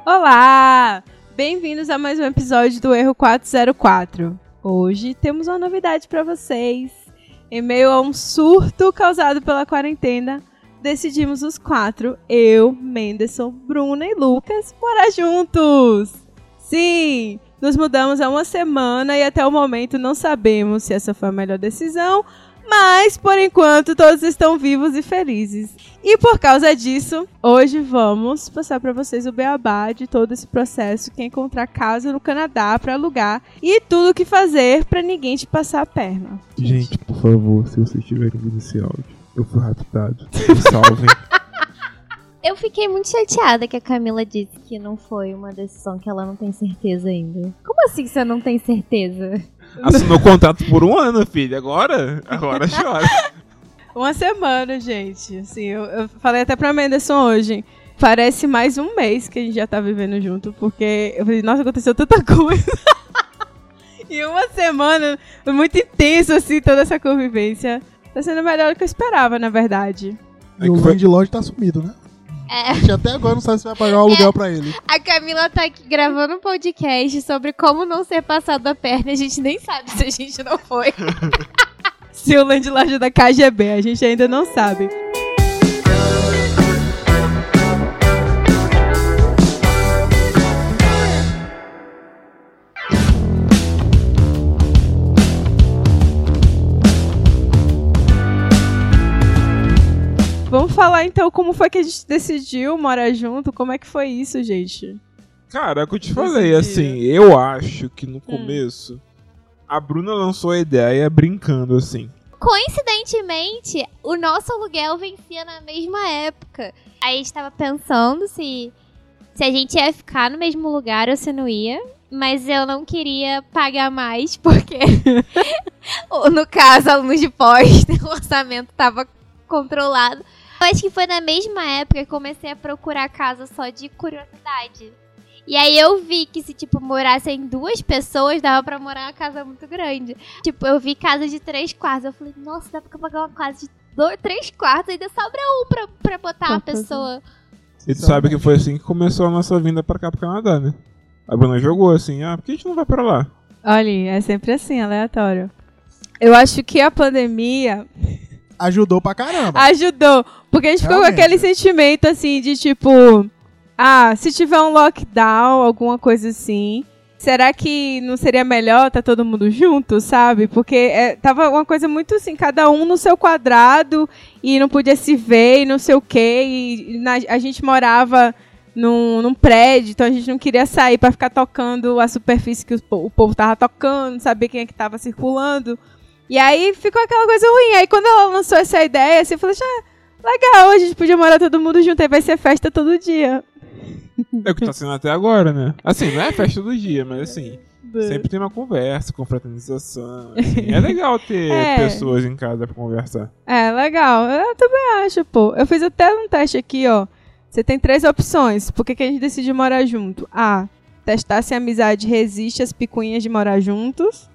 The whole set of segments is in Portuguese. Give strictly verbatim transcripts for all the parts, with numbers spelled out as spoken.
Olá! Bem-vindos a mais um episódio do Erro quatro zero quatro. Hoje temos uma novidade para vocês. Em meio a um surto causado pela quarentena, decidimos os quatro, eu, Menderson, Bruna e Lucas, morar juntos! Sim! Nos mudamos há uma semana e até o momento não sabemos se essa foi a melhor decisão, mas, por enquanto, todos estão vivos e felizes. E por causa disso, hoje vamos passar para vocês o beabá de todo esse processo, que é encontrar casa no Canadá para alugar e tudo o que fazer para ninguém te passar a perna. Gente, por favor, se vocês estiverem ouvindo esse áudio, eu fui raptado. Me salvem. Eu fiquei muito chateada que a Camila disse que não foi uma decisão que ela não tem certeza ainda. Como assim você não tem certeza? Assinou contrato por um ano, filha. Agora? Agora chora. Uma semana, gente. Assim, eu, eu falei até pra Menderson hoje. Parece mais um mês que a gente já tá vivendo junto. Porque eu falei, nossa, aconteceu tanta coisa. E uma semana, muito intenso, assim, toda essa convivência. Tá sendo melhor do que eu esperava, na verdade. E o landlord tá sumido, né? É. A gente até agora não sabe se vai pagar o aluguel é. pra ele. A Camila tá aqui gravando um podcast sobre como não ser passado a perna. A gente nem sabe se a gente não foi. Se o landlord é da K G B, a gente ainda não sabe. Vamos falar então como foi que a gente decidiu morar junto, como é que foi isso, gente? Cara, é o que eu te falei, assim, eu acho que no começo hum. a Bruna lançou a ideia brincando, assim. Coincidentemente, o nosso aluguel vencia na mesma época. Aí a gente tava pensando se, se a gente ia ficar no mesmo lugar ou se não ia. Mas eu não queria pagar mais, porque no caso, alunos de pós, o orçamento tava controlado. Eu acho que foi na mesma época que comecei a procurar casa só de curiosidade. E aí eu vi que se, tipo, morassem duas pessoas, dava pra morar em uma casa muito grande. Tipo, eu vi casa de três quartos. Eu falei, nossa, dá pra pagar uma casa de dois, três quartos, ainda sobra um pra, pra botar uma pessoa. E tu sabe que foi assim que começou a nossa vinda pra cá, pro Canadá, né? A Bruna jogou assim, ah, por que a gente não vai pra lá? Olha, é sempre assim, aleatório. Eu acho que a pandemia... ajudou pra caramba. Ajudou. Porque a gente ficou Realmente. com aquele sentimento, assim, de tipo... Ah, se tiver um lockdown, alguma coisa assim... Será que não seria melhor tá todo mundo junto, sabe? Porque é, tava uma coisa muito assim... Cada um no seu quadrado... E não podia se ver e não sei o quê. E na, a gente morava num, num prédio... Então a gente não queria sair pra ficar tocando a superfície que o, o povo tava tocando... Não saber quem é que tava circulando... E aí ficou aquela coisa ruim. Aí quando ela lançou essa ideia, assim, eu falei, ah, legal, a gente podia morar todo mundo junto, aí vai ser festa todo dia. É o que tá sendo até agora, né? Assim, não é festa todo dia, mas assim, sempre tem uma conversa, confraternização. Assim, é legal ter é. pessoas em casa pra conversar. É, legal. Eu também acho, pô. Eu fiz até um teste aqui, ó. Você tem três opções. Por que, que a gente decidiu morar junto? A, testar se a amizade resiste às picuinhas de morar juntos.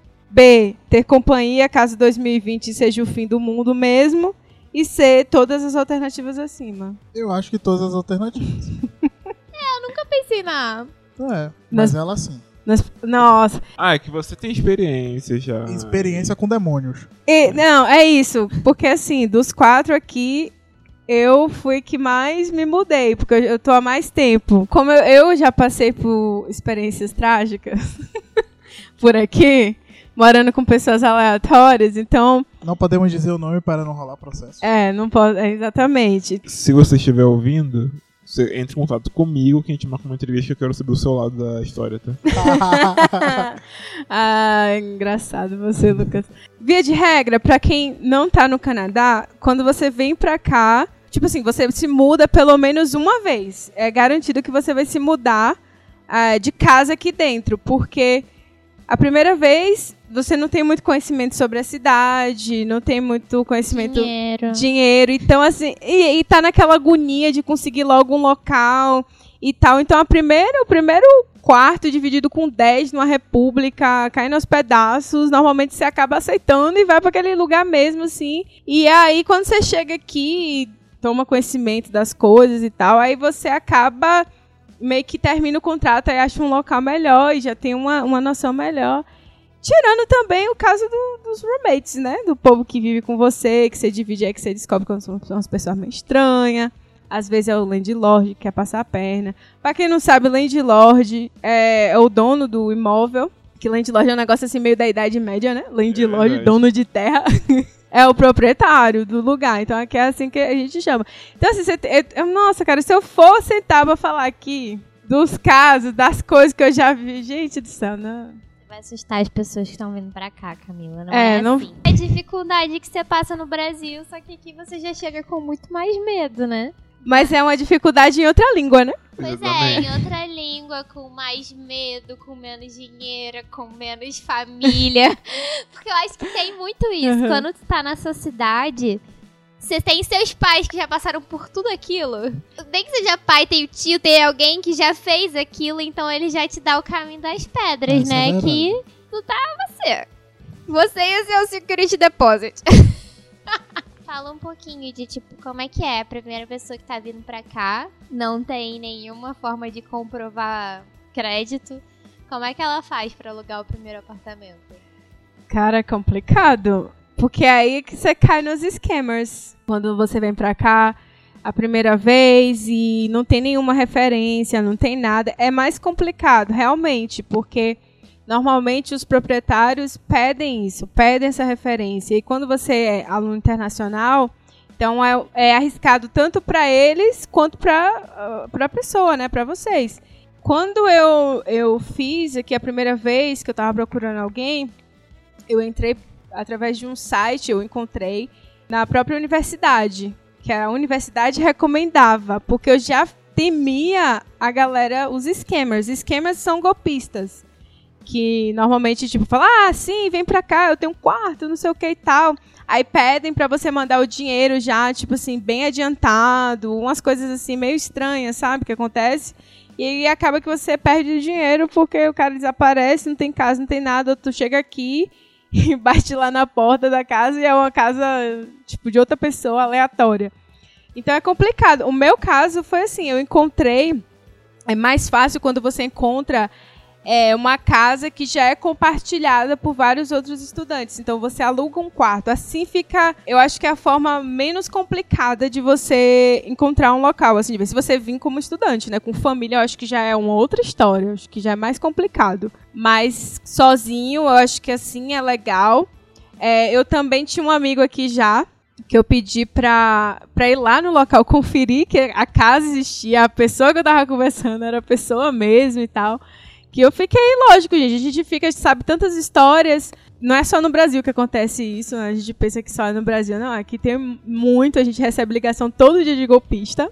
B, ter companhia caso dois mil e vinte seja o fim do mundo mesmo. E C, todas as alternativas acima. Eu acho que todas as alternativas. É, eu nunca pensei na... É, mas Nas... ela sim. Nas... Nossa. Ah, é que você tem experiência já. Experiência com demônios. E, não, é isso. Porque assim, dos quatro aqui... Eu fui que mais me mudei, porque eu tô há mais tempo. Como eu, eu já passei por experiências trágicas por aqui... Morando com pessoas aleatórias, então... Não podemos dizer o nome para não rolar processo. É, não pode... É, exatamente. Se você estiver ouvindo, você entre em contato comigo, que a gente marca uma entrevista que eu quero saber o seu lado da história, tá? Ah, engraçado você, Lucas. Via de regra, pra quem não tá no Canadá, quando você vem pra cá... Tipo assim, você se muda pelo menos uma vez. É garantido que você vai se mudar uh, de casa aqui dentro, porque... A primeira vez, você não tem muito conhecimento sobre a cidade, não tem muito conhecimento... Dinheiro. Dinheiro. Então, assim, e, e tá naquela agonia de conseguir logo um local e tal. Então, a primeira, o primeiro quarto dividido com dez numa república, caindo aos pedaços, normalmente você acaba aceitando e vai para aquele lugar mesmo, assim. E aí, quando você chega aqui, toma conhecimento das coisas e tal, aí você acaba... meio que termina o contrato e acha um local melhor e já tem uma, uma noção melhor. Tirando também o caso do, dos roommates, né? Do povo que vive com você, que você divide aí, que você descobre que são umas pessoas meio estranhas. Às vezes é o landlord que quer passar a perna. Pra quem não sabe, o landlord é, é o dono do imóvel. Que landlord é um negócio assim meio da Idade Média, né? Landlord, é dono de terra. É o proprietário do lugar. Então aqui é assim que a gente chama. Então assim, você, eu, nossa, cara, se eu for sentar pra falar aqui dos casos, das coisas que eu já vi, gente do céu, não... Vai assustar as pessoas que estão vindo pra cá, Camila. Não é, é não... assim. É a dificuldade que você passa no Brasil, só que aqui você já chega com muito mais medo, né? Mas é uma dificuldade em outra língua, né? Pois Exatamente. é, em outra língua, com mais medo, com menos dinheiro, com menos família. Porque eu acho que tem muito isso. Uhum. Quando tu tá na sua cidade... Você tem seus pais que já passaram por tudo aquilo. Nem que seja pai, tem o tio, tem alguém que já fez aquilo, então ele já te dá o caminho das pedras, Essa né? É que tu tá você. Você e o seu security deposit. Fala um pouquinho de, tipo, como é que é a primeira pessoa que tá vindo pra cá, não tem nenhuma forma de comprovar crédito. Como é que ela faz pra alugar o primeiro apartamento? Cara, é complicado. Porque é aí que você cai nos scammers. Quando você vem pra cá a primeira vez e não tem nenhuma referência, não tem nada, é mais complicado, realmente, porque normalmente os proprietários pedem isso, pedem essa referência. E quando você é aluno internacional, então é, é arriscado tanto para eles quanto para uh, a pessoa, né, para vocês. Quando eu, eu fiz aqui a primeira vez que eu estava procurando alguém, eu entrei através de um site, eu encontrei na própria universidade, que a universidade recomendava, porque eu já temia a galera, os scammers. Scammers são golpistas, que normalmente, tipo, falam, ah, sim, vem pra cá, eu tenho um quarto, não sei o que e tal. Aí pedem pra você mandar o dinheiro já, tipo assim, bem adiantado, umas coisas assim meio estranhas, sabe, que acontece. E aí acaba que você perde o dinheiro porque o cara desaparece, não tem casa, não tem nada, tu chega aqui e bate lá na porta da casa e é uma casa, tipo, de outra pessoa, aleatória. Então é complicado. O meu caso foi assim, eu encontrei... É mais fácil quando você encontra é, uma casa que já é compartilhada por vários outros estudantes. Então você aluga um quarto. Assim fica, eu acho que é a forma menos complicada de você encontrar um local. Assim, se você vir como estudante, né? Com família, eu acho que já é uma outra história. Eu acho que já é mais complicado. Mas sozinho, eu acho que assim é legal. É, eu também tinha um amigo aqui já, que eu pedi pra, pra ir lá no local conferir que a casa existia, a pessoa que eu tava conversando era a pessoa mesmo e tal. Que eu fiquei, lógico, gente, a gente fica, a gente sabe tantas histórias, não é só no Brasil que acontece isso, né? A gente pensa que só é no Brasil, não, aqui tem muito, a gente recebe ligação todo dia de golpista.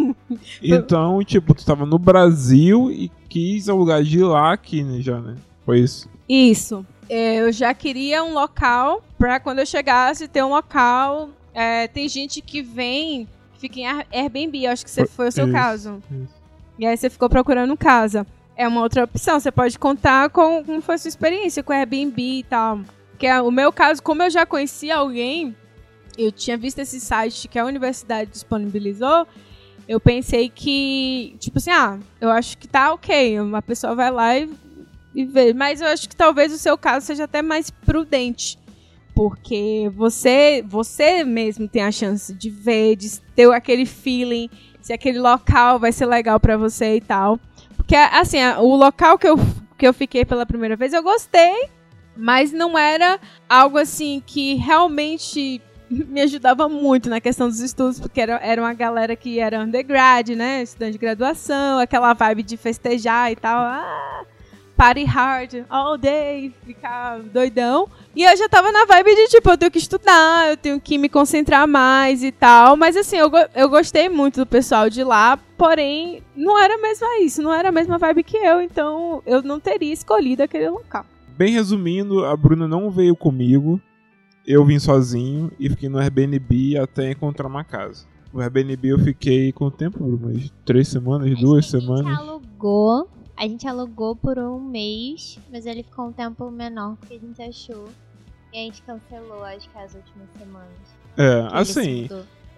Então, tipo, tu tava no Brasil e quis alugar de lá aqui, né, já, né? Foi isso? Isso. Eu já queria um local pra quando eu chegasse ter um local. É, tem gente que vem, fica em Airbnb, acho que você foi o seu isso, caso. Isso. E aí você ficou procurando casa. É uma outra opção, você pode contar com como foi a sua experiência com Airbnb e tal. Porque o meu caso, como eu já conhecia alguém, eu tinha visto esse site que a universidade disponibilizou, eu pensei que, tipo assim, ah, eu acho que tá ok, uma pessoa vai lá e, e vê. Mas eu acho que talvez o seu caso seja até mais prudente, porque você, você mesmo tem a chance de ver, de ter aquele feeling, se aquele local vai ser legal pra você e tal. Porque, assim, o local que eu, que eu fiquei pela primeira vez, eu gostei, mas não era algo, assim, que realmente me ajudava muito na questão dos estudos, porque era, era uma galera que era undergrad, né, estudante de graduação, aquela vibe de festejar e tal, ah, party hard all day, ficar doidão. E eu já tava na vibe de, tipo, eu tenho que estudar, eu tenho que me concentrar mais e tal. Mas, assim, eu, eu gostei muito do pessoal de lá, porém, não era mesmo isso, não era a mesma vibe que eu, então eu não teria escolhido aquele local. Bem resumindo, a Bruna não veio comigo, eu vim sozinho e fiquei no Airbnb até encontrar uma casa. No Airbnb eu fiquei, quanto tempo, Bruna? Três semanas, duas semanas? A gente alugou... A gente alugou por um mês, mas ele ficou um tempo menor que a gente achou. E a gente cancelou, acho que as últimas semanas. É, assim,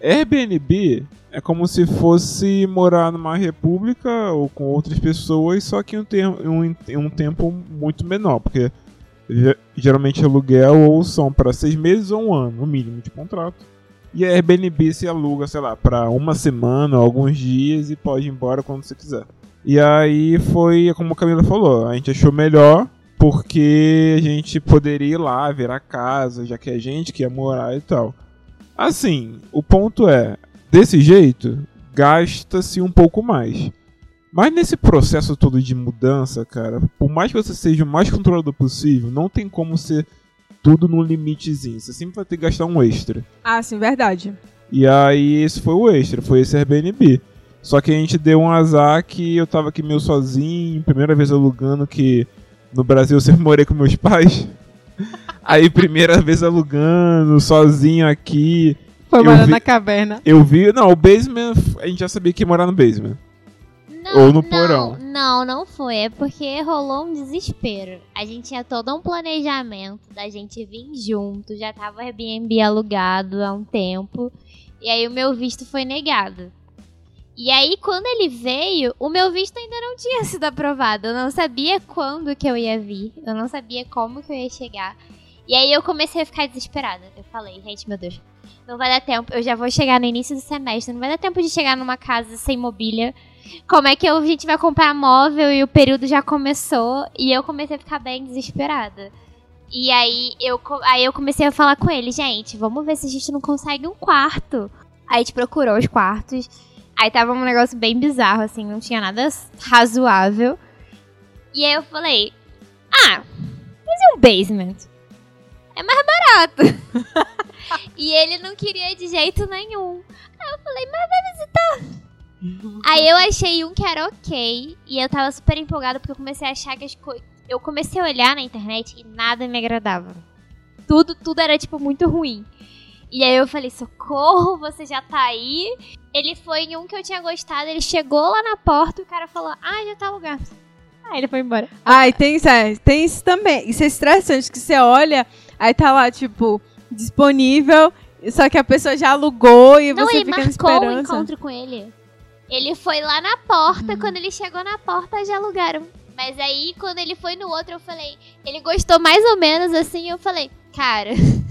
Airbnb é como se fosse morar numa república ou com outras pessoas, só que em um, termo, um, um tempo muito menor, porque geralmente aluguel ou são para seis meses ou um ano, no mínimo de contrato. E a Airbnb se aluga, sei lá, para uma semana, alguns dias e pode ir embora quando você quiser. E aí foi como a Camila falou, a gente achou melhor porque a gente poderia ir lá ver a casa, já que é a gente que ia morar e tal. Assim, o ponto é, desse jeito, gasta-se um pouco mais. Mas nesse processo todo de mudança, cara, por mais que você seja o mais controlador possível, não tem como ser tudo no limitezinho. Você sempre vai ter que gastar um extra. Ah, sim, verdade. E aí esse foi o extra, foi esse Airbnb. Só que a gente deu um azar que eu tava aqui meio sozinho, primeira vez alugando, que no Brasil eu sempre morei com meus pais. Aí primeira vez alugando, sozinho aqui. Foi morar vi, na caverna. Eu vi, não, o basement, a gente já sabia que ia morar no basement. Não, Ou no não, porão. Não, não foi. É porque rolou um desespero. A gente tinha todo um planejamento da gente vir junto. Já tava o Airbnb alugado há um tempo. E aí o meu visto foi negado. E aí quando ele veio, o meu visto ainda não tinha sido aprovado. Eu não sabia quando que eu ia vir. Eu não sabia como que eu ia chegar. E aí eu comecei a ficar desesperada. Eu falei, gente, meu Deus, não vai dar tempo. Eu já vou chegar no início do semestre. Não vai dar tempo de chegar numa casa sem mobília. Como é que eu, a gente vai comprar móvel e o período já começou? E eu comecei a ficar bem desesperada. E aí eu, aí eu comecei a falar com ele, gente, vamos ver se a gente não consegue um quarto. Aí a gente procurou os quartos. Aí tava um negócio bem bizarro, assim, não tinha nada razoável. E aí eu falei, ah, mas e um basement? É mais barato. E ele não queria de jeito nenhum. Aí eu falei, mas vai visitar. Aí eu achei um que era ok. E eu tava super empolgada porque eu comecei a achar que as coisas... Eu comecei a olhar na internet e nada me agradava. Tudo, tudo era, tipo, muito ruim. E aí eu falei, socorro, você já tá aí? Ele foi em um que eu tinha gostado, ele chegou lá na porta e o cara falou, ah, já tá alugado. Aí ele foi embora. Ah, e tem, é, tem isso também. Isso é estressante, que você olha, aí tá lá, tipo, disponível, só que a pessoa já alugou e Não, você ele fica na marcou esperança. o encontro com ele. Ele foi lá na porta, uhum. Quando ele chegou na porta, já alugaram. Mas aí, quando ele foi no outro, eu falei... Ele gostou mais ou menos, assim, eu falei... Cara...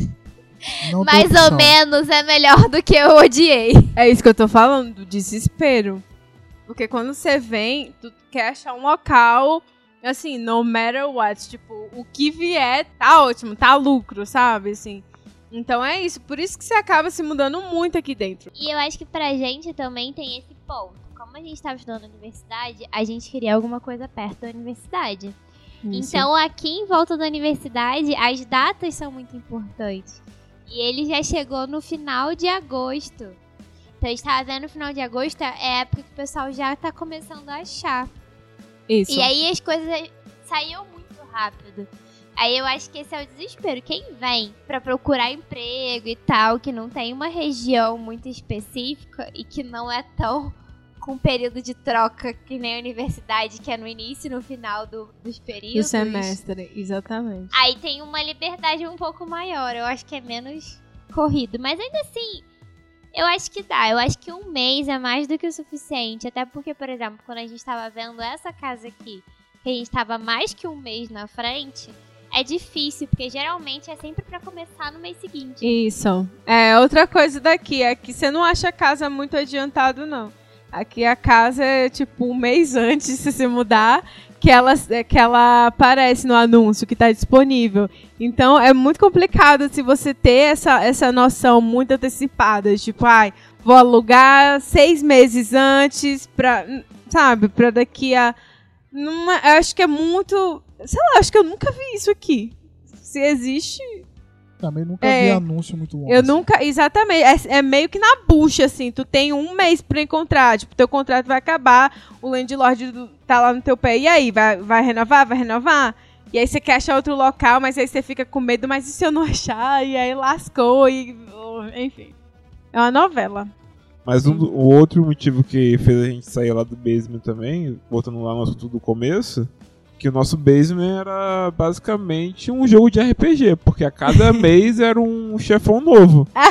Não mais ou menos é melhor do que eu odiei. É isso que eu tô falando, do desespero. Porque quando você vem, tu quer achar um local... Assim, no matter what. Tipo, o que vier, tá ótimo, tá lucro, sabe? Assim... Então é isso, por isso que você acaba se mudando muito aqui dentro. E eu acho que pra gente também tem esse ponto. Como a gente estava estudando na universidade, a gente queria alguma coisa perto da universidade. Isso. Então aqui em volta da universidade, as datas são muito importantes. E ele já chegou no final de agosto. Então a gente tava vendo no final de agosto, é a época que o pessoal já tá começando a achar. Isso. E aí as coisas saíam muito rápido. Aí eu acho que esse é o desespero. Quem vem pra procurar emprego e tal, que não tem uma região muito específica e que não é tão com período de troca que nem a universidade, que é no início e no final do, dos períodos. Do semestre, exatamente. Aí tem uma liberdade um pouco maior. Eu acho que é menos corrido. Mas ainda assim, eu acho que dá. Eu acho que um mês é mais do que o suficiente. Até porque, por exemplo, quando a gente tava vendo essa casa aqui, que a gente tava mais que um mês na frente... É difícil, porque geralmente é sempre pra começar no mês seguinte. Isso. É, outra coisa daqui é que você não acha a casa muito adiantado, não. Aqui a casa é tipo um mês antes, se você mudar, que ela, que ela aparece no anúncio que tá disponível. Então é muito complicado se você ter essa, essa noção muito antecipada. Tipo, ai, vou alugar seis meses antes pra, sabe, pra daqui a... Numa, eu acho que é muito... Sei lá, acho que eu nunca vi isso aqui. Se existe... Também nunca é, vi anúncio muito longo. Eu assim. nunca... Exatamente. É, é meio que na bucha, assim. Tu tem um mês pra encontrar. Tipo, teu contrato vai acabar. O landlord do, tá lá no teu pé. E aí? Vai, vai renovar? Vai renovar? E aí você quer achar outro local, mas aí você fica com medo. Mas e se eu não achar? E aí lascou. E, enfim. É uma novela. Mas um, o outro motivo que fez a gente sair lá do basement também, voltando lá no assunto do começo, que o nosso basement era basicamente um jogo de R P G, porque a cada mês era um chefão novo.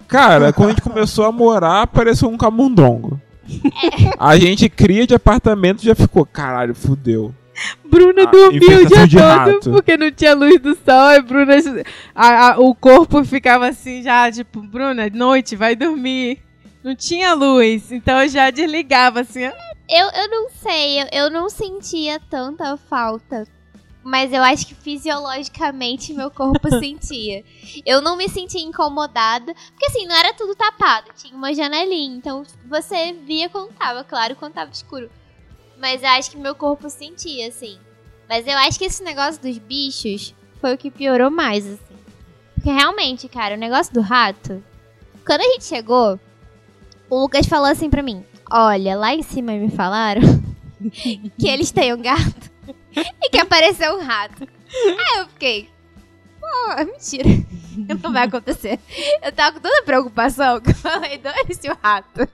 Cara, quando a gente começou a morar, pareceu um camundongo. A gente cria de apartamento e já ficou, caralho, fudeu. Bruna Ah, dormiu o infestação dia de todo rato. porque não tinha luz do sol. E Bruna, a- a- o corpo ficava assim já, tipo, Bruna, noite, vai dormir. Não tinha luz, então eu já desligava assim. Eu, eu não sei, eu, eu não sentia tanta falta. Mas eu acho que fisiologicamente meu corpo sentia. Eu não me sentia incomodada. Porque assim, não era tudo tapado. Tinha uma janelinha. Então você via quando tava, claro, quando tava escuro. Mas eu acho que meu corpo sentia, assim. Mas eu acho que esse negócio dos bichos foi o que piorou mais, assim. Porque realmente, cara, o negócio do rato... Quando a gente chegou, o Lucas falou assim pra mim. Olha, lá em cima me falaram que eles têm um gato. E que apareceu um rato. Aí eu fiquei, pô, mentira. Não vai acontecer. Eu tava com toda a preocupação que eu falei, dane-se o rato.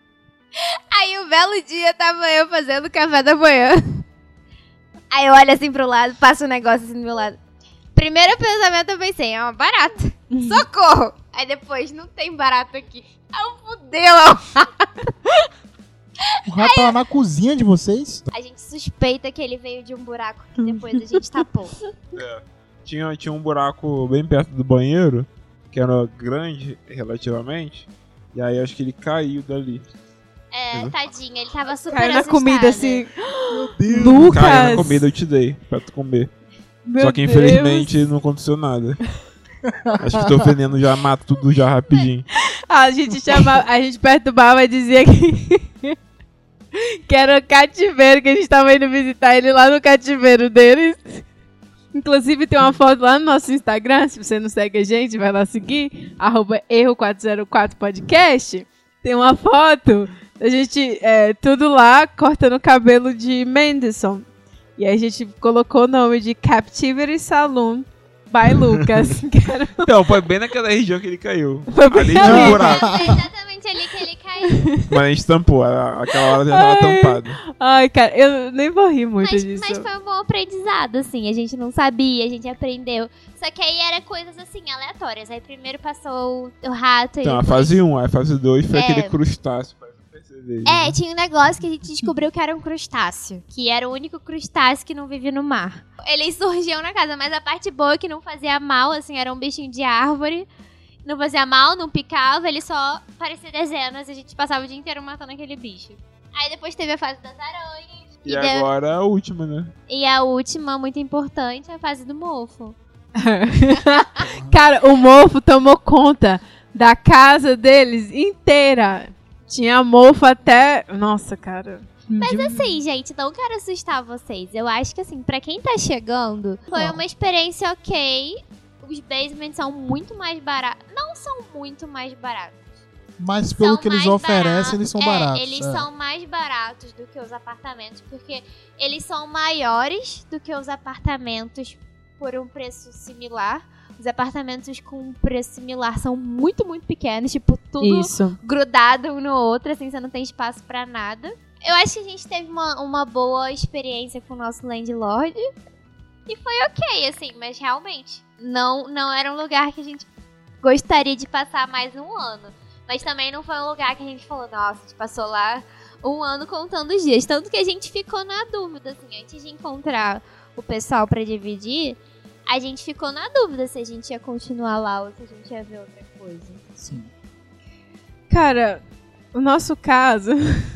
Aí um belo dia tava eu fazendo café da manhã. Aí eu olho assim pro lado, passa um negócio assim do meu lado. Primeiro pensamento eu pensei, é uma barata. Socorro! Aí depois, não tem barata aqui. Aí eu fudeu, é um rato. O rato tava na cozinha de vocês? A gente suspeita que ele veio de um buraco que depois a gente tapou. É. Tinha, tinha um buraco bem perto do banheiro, que era grande relativamente, e aí acho que ele caiu dali. É, tadinho, ele tava super Caiu na assustado. comida assim. Meu Deus. Lucas! Caiu na comida, eu te dei pra tu comer. Meu Só que Deus. infelizmente não aconteceu nada. Acho que teu veneno já mata tudo já rapidinho. A gente chamava, a gente perturbava e dizia que, que era o cativeiro, que a gente tava indo visitar ele lá no cativeiro deles. Inclusive tem uma foto lá no nosso Instagram, se você não segue a gente, vai lá seguir, arroba erro quatro zero quatro podcast. Tem uma foto da gente, é, tudo lá, cortando o cabelo de Mendelssohn. E aí a gente colocou o nome de Captivity Saloon by Lucas. Que era... Então, foi bem naquela região que ele caiu. Foi bem Ali ali. tinha um buraco. É exatamente ali que ele caiu. Mas a gente tampou, a- aquela hora já tava Ai. tampado. Ai, cara, eu nem vou rir muito Mas, disso. mas foi um bom aprendizado, assim. A gente não sabia, a gente aprendeu. Só que aí era coisas, assim, aleatórias. Aí primeiro passou o, o rato Então, e a depois... fase um, a fase dois foi É. aquele crustáceo. Parece um percevejo, É, né? tinha um negócio que a gente descobriu que era um crustáceo. Que era o único crustáceo que não vivia no mar. Eles surgiam na casa, mas a parte boa é que não fazia mal, assim, era um bichinho de árvore. Não fazia mal, não picava, ele só parecia dezenas e a gente passava o dia inteiro matando aquele bicho. Aí depois teve a fase das aranhas. E de- agora a última, né? E a última, muito importante, a fase do mofo. Cara, o mofo tomou conta da casa deles inteira. Tinha mofo até... Nossa, cara. Mas assim, gente, não quero assustar vocês. Eu acho que assim, pra quem tá chegando, foi Não. uma experiência ok. Os basements são muito mais baratos. Não são muito mais baratos. Mas pelo São que eles mais oferecem, baratos. eles são É, baratos. Eles é. são mais baratos do que os apartamentos, porque eles são maiores do que os apartamentos por um preço similar. Os apartamentos com um preço similar são muito, muito pequenos, tipo, tudo Isso. grudado um no outro, assim, você não tem espaço pra nada. Eu acho que a gente teve uma, uma boa experiência com o nosso landlord. E foi ok, assim, mas realmente, não, não era um lugar que a gente gostaria de passar mais um ano. Mas também não foi um lugar que a gente falou, nossa, a gente passou lá um ano contando os dias. Tanto que a gente ficou na dúvida, assim, antes de encontrar o pessoal pra dividir, a gente ficou na dúvida se a gente ia continuar lá ou se a gente ia ver outra coisa. Sim. Cara, o nosso caso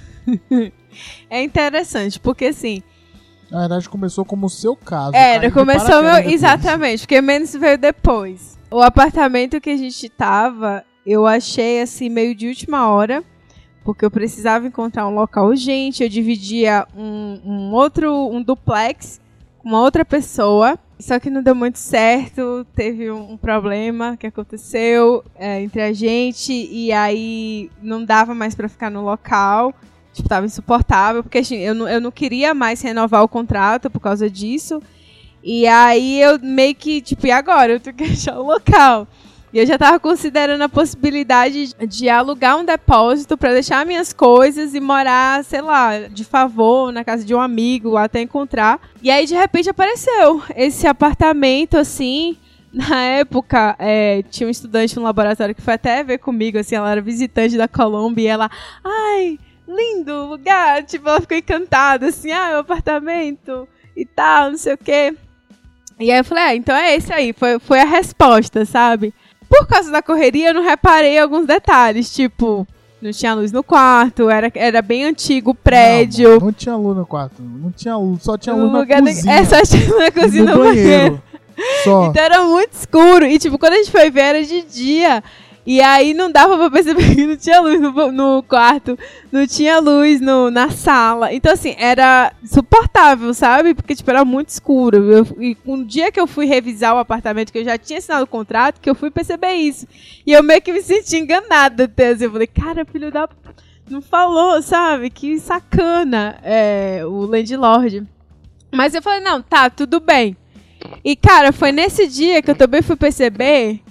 é interessante, porque assim... Na verdade, começou como o seu caso. Era, caiu de começou paraquedas meu... depois. Exatamente, porque menos veio depois. O apartamento que a gente tava, eu achei assim, meio de última hora, porque eu precisava encontrar um local urgente, eu dividia um, um outro, um duplex com uma outra pessoa, só que não deu muito certo, teve um, um problema que aconteceu é, entre a gente, e aí não dava mais pra ficar no local. Tipo, tava insuportável, porque assim, eu, não, eu não queria mais renovar o contrato por causa disso. E aí eu meio que, tipo, e agora? Eu tenho que achar o local. E eu já tava considerando a possibilidade de alugar um depósito pra deixar minhas coisas e morar, sei lá, de favor, na casa de um amigo, até encontrar. E aí, de repente, apareceu esse apartamento, assim, Na época, é, tinha um estudante no laboratório que foi até ver comigo, assim, ela era visitante da Colômbia e ela, ai, lindo lugar, tipo, ela ficou encantada, assim, ah, o apartamento e tal, não sei o quê. E aí eu falei, ah, então é esse aí, foi, foi a resposta, sabe? Por causa da correria, eu não reparei alguns detalhes, tipo, não tinha luz no quarto, era, era bem antigo o prédio. Não, não tinha luz no quarto, não tinha luz, só tinha luz na lugar cozinha. É, só tinha na cozinha e no, no banheiro. banheiro. Só. Então era muito escuro. E tipo, quando a gente foi ver, era de dia. E aí não dava pra perceber que não tinha luz no, no quarto. Não tinha luz no, na sala. Então assim, era suportável, sabe? Porque tipo, era muito escuro. Eu, e um dia que eu fui revisar o apartamento, que eu já tinha assinado o contrato, que eu fui perceber isso. E eu meio que me senti enganada até. Assim, eu falei, cara, filho da... Não falou, sabe? Que sacana é, o landlord. Mas eu falei, não, tá, tudo bem. E, cara, foi nesse dia que eu também fui perceber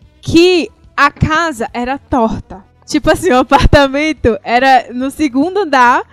que a casa era torta. Tipo assim, o apartamento era no segundo andar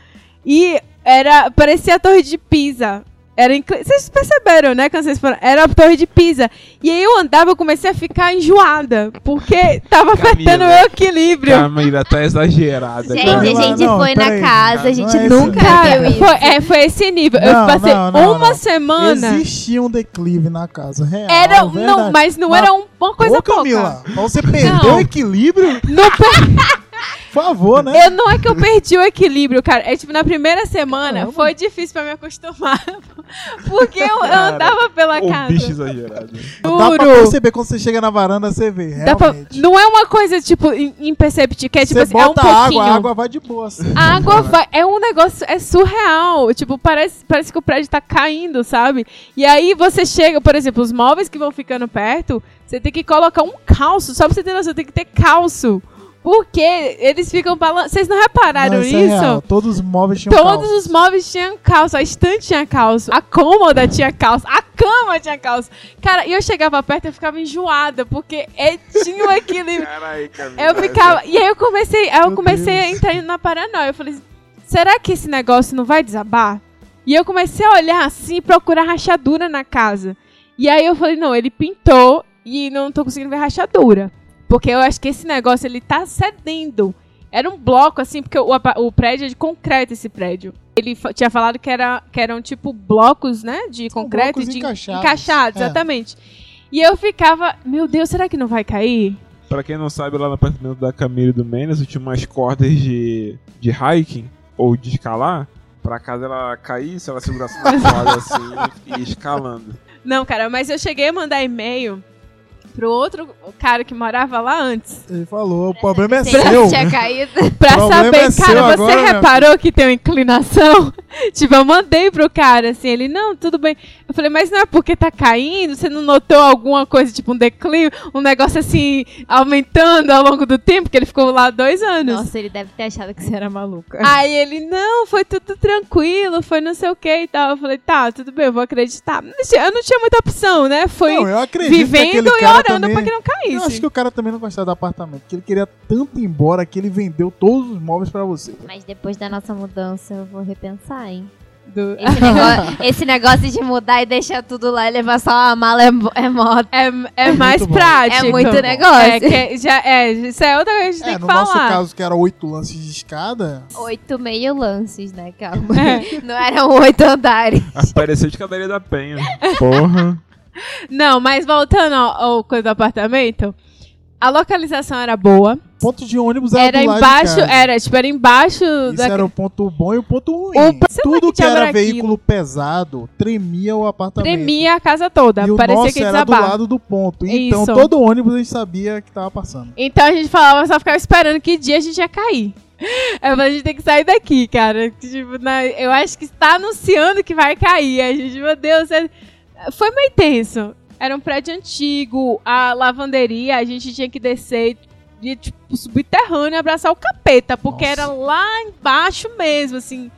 e era, parecia a Torre de Pisa. Era incl... Vocês perceberam, né? Quando vocês foram... Era a Torre de Pisa. E aí eu andava, eu comecei a ficar enjoada. Porque tava Camila, afetando o meu equilíbrio. Camila, tá exagerada. Gente, Camila. a gente Não, foi na peraí, casa, a gente não é nunca esse Cara, viu isso. foi, é, foi esse nível. Não, eu passei não, não, uma não. semana. Existia um declive na casa, real. Era, verdade. não, mas não Mas, era um- uma coisa Ô, pouca. Camila, pra você perder Não. o equilíbrio, Não per- por favor, né? Eu não é que eu perdi o equilíbrio, cara. É tipo, na primeira semana Caramba. foi difícil pra me acostumar. Porque eu, eu Cara, andava pela Ô, casa. bicho exagerado. Dá pra Juro. perceber quando você chega na varanda, você vê, Dá pra- realmente. não é uma coisa, tipo, in- imperceptível, que é tipo Você assim, é um bota pouquinho. água, a água vai de boa. Assim, A água vai, é um negócio, é surreal. Tipo, parece, parece que o prédio tá caindo, sabe? E aí você chega, por exemplo, os móveis que vão ficando perto, você tem que colocar um calço, só pra você ter noção, tem que ter calço. Porque eles ficam balançando. Vocês não repararam Não, isso? é real. Todos os móveis tinham Todos calças. os móveis tinham calço, a estante tinha calço, a cômoda tinha calço, a cama tinha calço. Cara, e eu chegava perto e eu ficava enjoada, porque é, tinha um equilíbrio. Caralho, Camila. Eu ficava. E aí eu comecei, aí eu Meu comecei a Deus. entrar na paranoia. Eu falei, será que esse negócio não vai desabar? E eu comecei a olhar assim e procurar rachadura na casa. E aí eu falei, não, ele pintou e não tô conseguindo ver rachadura. Porque eu acho que esse negócio, ele tá cedendo. Era um bloco, assim, porque o, apa- o prédio é de concreto, esse prédio. Ele fa- tinha falado que, era, que eram, tipo, blocos, né? De São concreto. blocos de, encaixados. encaixados, É. exatamente. E eu ficava, meu Deus, será que não vai cair? Pra quem não sabe, lá no apartamento da Camila e do Menes, tinha umas cordas de, de hiking, ou de escalar, pra caso ela caísse, ela segurasse na corda assim e ia escalando. Não, cara, mas eu cheguei a mandar e-mail pro outro cara que morava lá antes. Ele falou, o problema é Sim, seu. tinha caído. Pra problema saber, é seu cara, você agora, minha reparou que tem uma inclinação? Tipo, eu mandei pro cara, assim, ele, não, tudo bem. Eu falei, mas não é porque tá caindo? Você não notou alguma coisa, tipo um declínio, um negócio assim, aumentando ao longo do tempo? Porque ele ficou lá dois anos. Nossa, ele deve ter achado que você era maluca. Aí ele, não, foi tudo tranquilo, foi não sei o que e tal. Eu falei, tá, tudo bem, eu vou acreditar. Mas eu não tinha muita opção, né? Foi Não, eu acredito que vivendo aquele e cara orando também... pra que não caísse. Eu acho que o cara também não gostava do apartamento, que ele queria tanto ir embora que ele vendeu todos os móveis pra você. Mas depois da nossa mudança, eu vou repensar, hein? Do- Esse negócio, esse negócio de mudar e deixar tudo lá e levar só uma mala é, é moda. É, é mais muito bom. prático. É muito bom. negócio. É, que já, é, isso é outra coisa que a gente É, tem no que nosso falar. caso, que era oito lances de escada, Oito meio lances, né? Calma. É. Não eram oito andares. Apareceu de Escadaria da Penha. Porra. Não, mas voltando ao, ao coisa do apartamento, a localização era boa. ponto de ônibus era, Era do lado embaixo, de casa. era, tipo, era embaixo Isso da... era o ponto bom e o ponto ruim. O- sei lá Tudo que que diabo era era veículo pesado tremia o apartamento. Tremia a casa toda, E o parecia nosso que ia era do desabar. lado do ponto. Então Isso. todo ônibus a gente sabia que tava passando. Então a gente falava, só ficava esperando que dia a gente ia cair. Eu falei, a gente tem que sair daqui, cara. Tipo, na- eu acho que está anunciando que vai cair. A gente, meu Deus, é- foi meio tenso. Era um prédio antigo, a lavanderia, a gente tinha que descer de tipo subterrâneo e abraçar o capeta, porque Nossa. era lá embaixo mesmo, assim.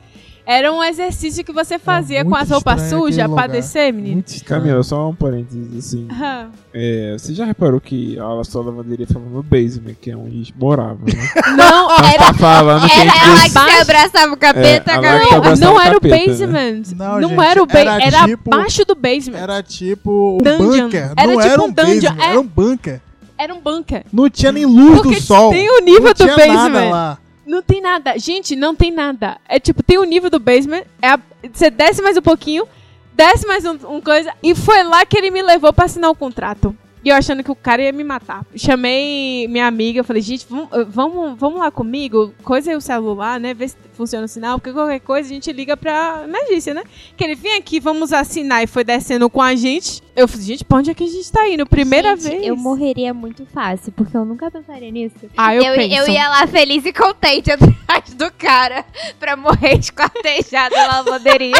Era um exercício que você fazia É com muito as roupas estranho sujas aquele pra lugar. descer, menino. Muito estranho. Camila, só um parênteses assim. Aham. É, você já reparou que a sua lavanderia ficava no basement, que é onde a gente morava, né? Não, Você tá falando que a Era gente ela des- que se abraçava o capeta, É, a cara. lá que abraçava não o era o capeta, né? basement. Não, Não, gente, era o basement. era Era, tipo- abaixo do basement. Era, Era tipo um Dungeon. bunker. Era Não tipo era um um dungeon, basement, é. era um bunker. um bunker. Não tinha nem luz Porque do sol. tem o nível não do tinha basement. nada lá. Não tem nada. Gente, não tem nada. É tipo, tem o nível do basement. É a- você desce mais um pouquinho, desce mais um, um coisa. E foi lá que ele me levou pra assinar o contrato. E eu achando que o cara ia me matar. Chamei minha amiga, falei, gente, vamos, vamos, vamos lá comigo? Coisa aí o celular, né? Ver se funciona o sinal. Porque qualquer coisa a gente liga pra emergência, né? Que ele vem aqui, vamos assinar. E foi descendo com a gente. Eu falei, gente, pra onde é que a gente tá indo? Primeira Gente, vez. eu morreria muito fácil, porque eu nunca pensaria nisso. Ah, eu, eu, penso. eu ia lá feliz e contente atrás do cara pra morrer esquartejado na lavanderia.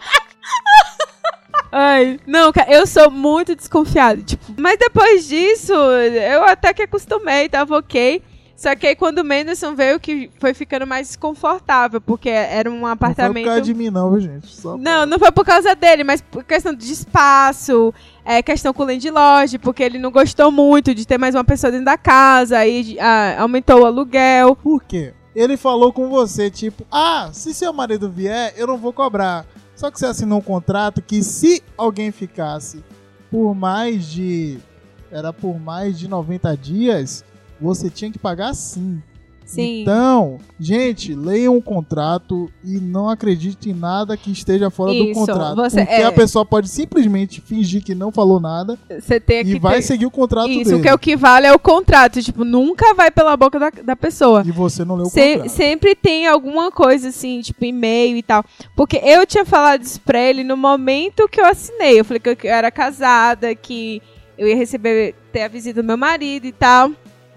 Ai, não, cara, eu sou muito desconfiada, tipo, mas depois disso, eu até que acostumei, tava ok. Só que aí quando o Menderson veio, que foi ficando mais desconfortável, porque era um Não foi por apartamento... causa de mim, não, viu, gente? Só Não, não foi por causa dele, mas por questão de espaço, é, questão com o landlord, porque ele não gostou muito de ter mais uma pessoa dentro da casa, aí ah, aumentou o aluguel. Por quê? Ele falou com você, tipo, ah, se seu marido vier, eu não vou cobrar. Só que você assinou um contrato que se alguém ficasse por mais de... Era por mais de noventa dias, você tinha que pagar sim. Sim. Então, gente, leiam o contrato e não acredite em nada que esteja fora do Isso, contrato. você- porque é. a pessoa pode simplesmente fingir que não falou nada Você tem que e vai ter... seguir o contrato Isso, dele. o que é o que vale é o contrato, tipo, nunca vai pela boca da, da pessoa. E você não leu o Se- contrato. sempre tem alguma coisa assim, tipo e-mail e tal. Porque eu tinha falado isso pra ele no momento que eu assinei. Eu falei que eu que eu era casada, que eu ia receber, ter a visita do meu marido e tal.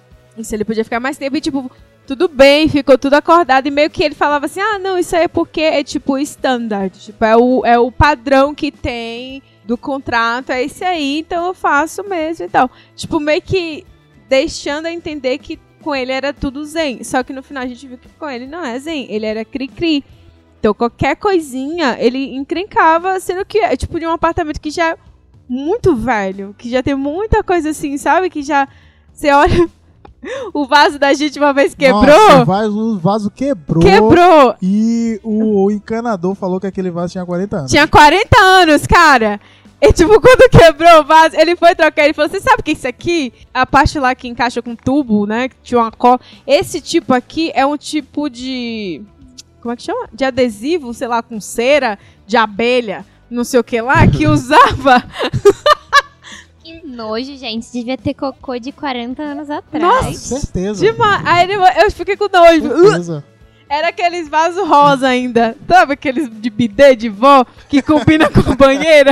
E se ele podia ficar mais tempo. E tipo, tudo bem, ficou tudo acordado. E meio que ele falava assim, ah, não, isso aí é porque é tipo standard. Tipo, é o, é o padrão que tem do contrato, é esse aí, então eu faço mesmo e tal. Tipo, meio que deixando a entender que com ele era tudo zen. Só que no final a gente viu que com ele não é zen. Ele era cri-cri. Então qualquer coisinha, ele encrencava, sendo que é tipo de um apartamento que já é muito velho. Que já tem muita coisa assim, sabe? Que já... Você olha... O vaso da gente uma vez quebrou. Nossa, o vaso, o vaso quebrou. Quebrou. E o encanador falou que aquele vaso tinha quarenta anos. Tinha quarenta anos, cara. E tipo, quando quebrou o vaso, ele foi trocar. Ele falou, você sabe o que é isso aqui? A parte lá que encaixa com tubo, né? Que tinha uma cola. Esse tipo aqui é um tipo de... Como é que chama? De adesivo, sei lá, com cera, de abelha, não sei o que lá, que usava... Que nojo, gente. Devia ter cocô de quarenta anos atrás. Nossa, Certeza. demais. Aí ele, eu fiquei com nojo. Uh, Certeza. Era aqueles vasos rosa ainda. Sabe aqueles de bidê de vó que combina com banheira?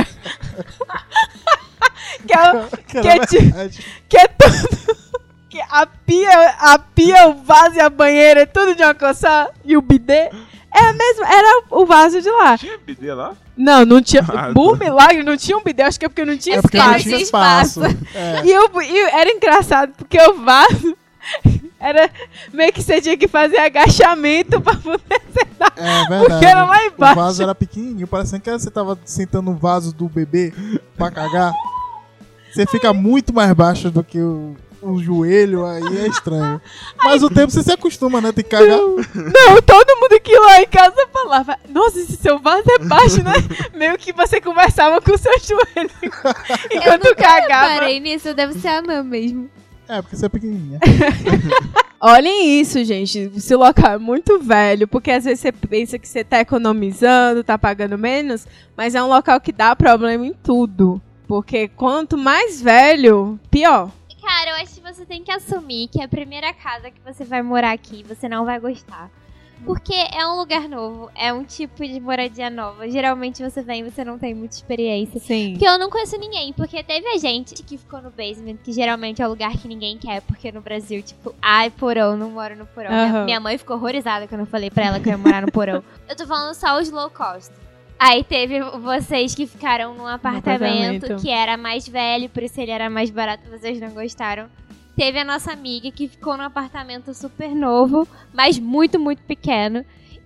que, é, que, é, ti- que é tudo. Que a pia, a pia, o vaso e a banheira é tudo de uma cor só. E o bidê é a mesma. Era o vaso de lá. Tinha bidê lá? Não, não tinha. Ah, Por milagre, não tinha um bidê. Acho que é porque não tinha É porque não espaço. tinha espaço. espaço. É. E, eu, e era engraçado, porque o vaso era meio que você tinha que fazer agachamento pra poder sentar. É verdade. Porque era lá embaixo. O vaso era pequenininho, parecendo que você tava sentando no vaso do bebê pra cagar. Você fica muito mais baixo do que o, o joelho, aí é estranho. Mas o tempo você se acostuma, né? Tem que cagar. Não, todo mundo que lá em casa falava, nossa, esse seu vaso é baixo, né? Meio que você conversava com o seu joelho Eu enquanto nunca cagava. reparei nisso. Deve ser anã mesmo. É, porque você é pequenininha. Olhem isso, gente. Esse local é muito velho, porque às vezes você pensa que você tá economizando, tá pagando menos, mas é um local que dá problema em tudo. Porque quanto mais velho, pior. Cara, eu acho que você tem que assumir que a primeira casa que você vai morar aqui, você não vai gostar. Porque é um lugar novo, é um tipo de moradia nova. Geralmente você vem e você não tem muita experiência. Sim. Porque eu não conheço ninguém, porque teve a gente que ficou no basement, que geralmente é o lugar que ninguém quer, porque no Brasil, tipo, ai, porão, não moro no porão. Minha, Aham. minha mãe ficou horrorizada quando eu falei pra ela que eu ia morar no porão. Eu tô falando só os low cost. Aí teve vocês que ficaram num apartamento, apartamento. que era mais velho, por isso ele era mais barato, vocês não gostaram. Teve a nossa amiga que ficou num apartamento super novo, mas muito, muito pequeno.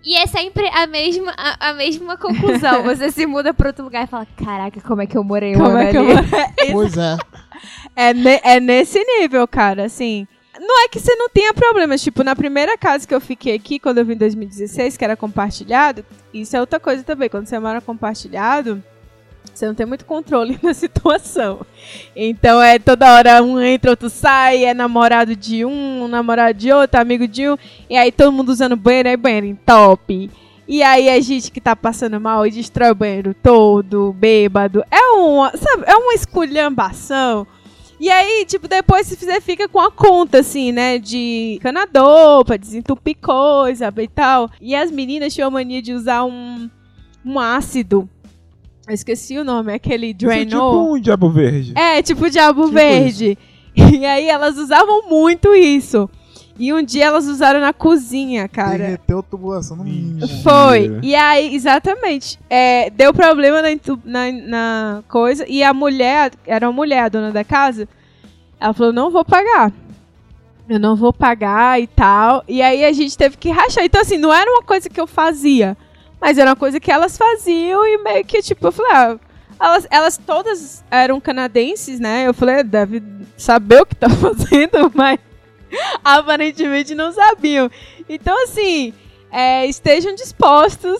E é sempre a mesma, a, a mesma conclusão. Você se muda pra outro lugar e fala, caraca, como é que eu morei um Como ano é que eu... ali? Pois é. É, ne- é nesse nível, cara, assim. Não é que você não tenha problemas. Tipo, na primeira casa que eu fiquei aqui, quando eu vim em dois mil e dezesseis, que era compartilhado, isso é outra coisa também. Quando você mora compartilhado, você não tem muito controle da situação. Então, é toda hora um entra, outro sai, é namorado de um, namorado de outro, amigo de um. E aí todo mundo usando banheiro, aí banheiro em top. E aí a gente que tá passando mal e destrói o banheiro todo, bêbado. É uma, sabe, é uma esculhambação. E aí, tipo, depois você fica com a conta, assim, né, de canador, pra desentupir coisa e tal. E as meninas tinham a mania de usar um, um ácido. Eu esqueci o nome, aquele Isso é Drano. tipo um diabo verde. É, tipo diabo Tipo verde. E aí elas usavam muito isso. E um dia elas usaram na cozinha, cara. Derreteu tubulação no mínimo. Foi. E aí, exatamente. É, deu problema na, intu- na, na coisa. E a mulher, era uma mulher, a dona da casa, ela falou, não vou pagar. Eu não vou pagar e tal. E aí a gente teve que rachar. Então, assim, não era uma coisa que eu fazia. Mas era uma coisa que elas faziam e meio que, tipo, eu falei, ah, elas, elas todas eram canadenses, né? Eu falei, deve saber o que tá fazendo, mas aparentemente não sabiam. Então, assim, é, estejam dispostos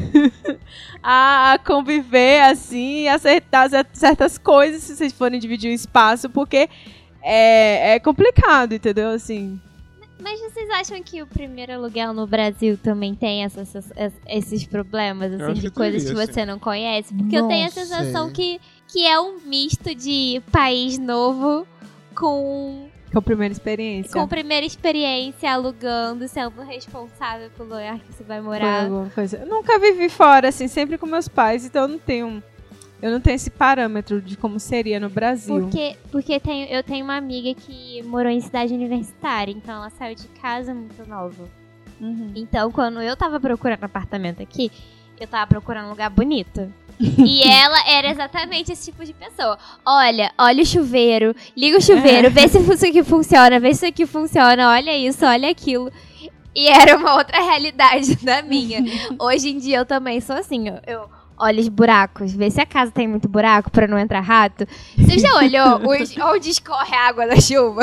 a conviver, assim, e acertar certas coisas se vocês forem dividir um espaço, porque é, é complicado, entendeu? Assim. Mas vocês acham que o primeiro aluguel no Brasil também tem essas, essas- esses problemas, Eu assim, acho de que coisas que teria, você não conhece? Porque eu Não tenho a sensação sei. que, que é um misto de país novo com, Com a primeira experiência. com primeira experiência, alugando, sendo responsável pelo lugar que você vai Foi morar. alguma coisa. Eu nunca vivi fora, assim, sempre com meus pais, então eu não tenho, eu não tenho esse parâmetro de como seria no Brasil. Porque, porque tem, eu tenho uma amiga que morou em cidade universitária, então ela saiu de casa muito nova. Uhum. Então, quando eu tava procurando apartamento aqui, eu tava procurando um lugar bonito. E ela era exatamente esse tipo de pessoa. Olha, olha o chuveiro, liga o chuveiro, vê se isso aqui funciona, vê se isso aqui funciona, olha isso, olha aquilo. E era uma outra realidade da minha. Hoje em dia eu também sou assim, ó, eu olho os buracos, vê se a casa tem muito buraco pra não entrar rato. Você já olhou os- onde escorre a água da chuva?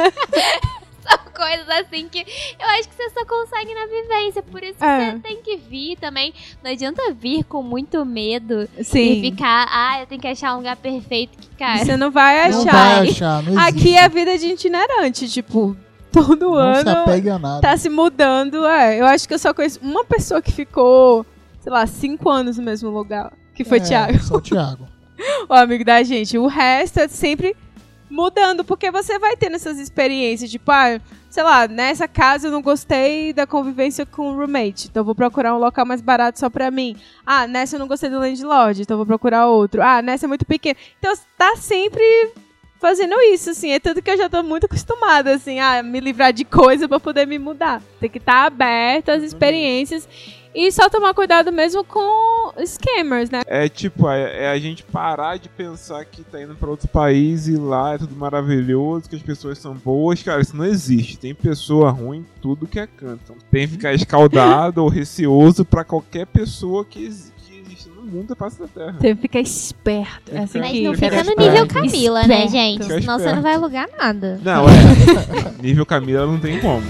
São coisas assim que eu acho que você só consegue na vivência. Por isso que É. você tem que vir também. Não adianta vir com muito medo Sim. e ficar, ah, eu tenho que achar um lugar perfeito que, cara. Você não vai Não achar. vai achar, não existe. Aqui é vida de itinerante, tipo, todo Não ano se apegue a nada. tá se mudando. É, eu acho que eu só conheço uma pessoa que ficou, sei lá, cinco anos no mesmo lugar, que foi É, Thiago, Só o Thiago. o amigo da gente. O resto é sempre mudando, porque você vai tendo essas experiências, tipo, ah, sei lá, nessa casa eu não gostei da convivência com o roommate, então eu vou procurar um local mais barato só pra mim. Ah, nessa eu não gostei do landlord, então eu vou procurar outro. Ah, nessa é muito pequeno. Então tá sempre fazendo isso, assim, é tanto que eu já tô muito acostumada, assim, a me livrar de coisa pra poder me mudar. Tem que estar aberto às experiências e só tomar cuidado mesmo com scammers, né? É tipo, é, é a gente parar de pensar que tá indo pra outro país e lá é tudo maravilhoso, que as pessoas são boas. Cara, isso não existe. Tem pessoa ruim em tudo que é canto. Então, tem que ficar escaldado ou receoso pra qualquer pessoa que, exi- que existe no mundo da face da Terra. Tem que ficar esperto. Tem que Essa ficar- Mas aqui, não Fica fica no esperto. nível Camila, né, Esperto. gente? Fica Senão você esperto. não vai alugar nada. Não, é. Nível Camila não tem como.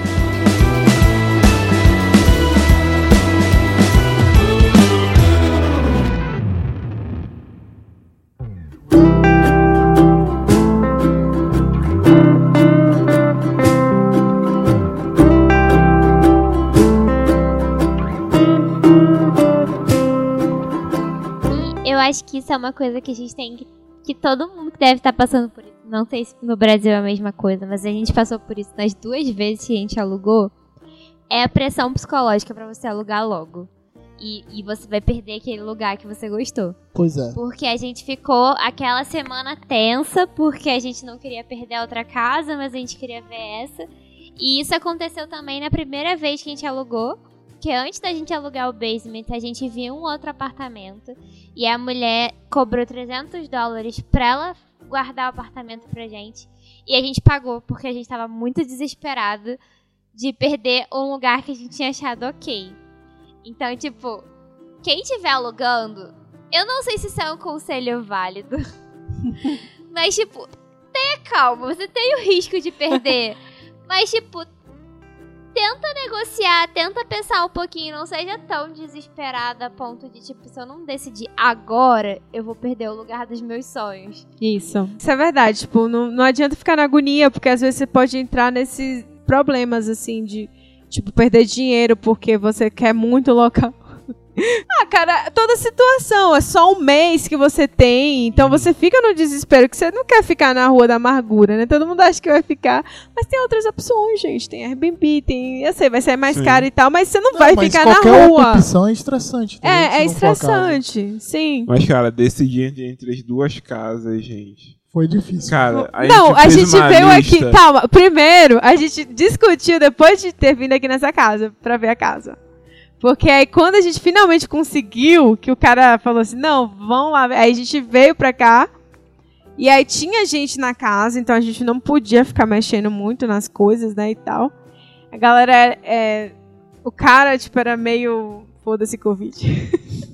E eu acho que isso é uma coisa que a gente tem que. Que todo mundo que deve estar passando por isso. Não sei se no Brasil é a mesma coisa, mas a gente passou por isso nas duas vezes que a gente alugou. É a pressão psicológica pra você alugar logo. E, e você vai perder aquele lugar que você gostou. Pois é. Porque a gente ficou aquela semana tensa, porque a gente não queria perder a outra casa, mas a gente queria ver essa. E isso aconteceu também na primeira vez que a gente alugou. Que antes da gente alugar o basement, a gente viu um outro apartamento. E a mulher cobrou trezentos dólares pra ela guardar o apartamento pra gente. E a gente pagou, porque a gente tava muito desesperado de perder um lugar que a gente tinha achado ok. Então, tipo, quem estiver alugando, eu não sei se isso é um conselho válido. Mas, tipo, tenha calma. Você tem o risco de perder. Mas, tipo, tenta negociar, tenta pensar um pouquinho. Não seja tão desesperada a ponto de, tipo, se eu não decidir agora, eu vou perder o lugar dos meus sonhos. Isso. Isso é verdade. Tipo, não, não adianta ficar na agonia, porque às vezes você pode entrar nesses problemas, assim, de, tipo, perder dinheiro porque você quer muito local. Ah, cara, toda situação, é só um mês que você tem, então você fica no desespero, que você não quer ficar na rua da amargura, né? Todo mundo acha que vai ficar, mas tem outras opções, gente, tem Airbnb, tem, eu sei, vai ser mais Sim. caro e tal, mas você não, Não, vai mas ficar na qualquer rua. outra opção é estressante. entendeu? É, Se é não for a casa. estressante, sim. Mas, cara, decidir entre, entre as duas casas, gente. Foi difícil. Cara, a Não, gente a fez gente uma veio lista. aqui, calma, primeiro, a gente discutiu depois de ter vindo aqui nessa casa, pra ver a casa. Porque aí quando a gente finalmente conseguiu, que o cara falou assim, não, vamos lá, aí a gente veio pra cá, e aí tinha gente na casa, então a gente não podia ficar mexendo muito nas coisas, né, e tal. A galera, é, o cara, tipo, era meio, foda-se Covid.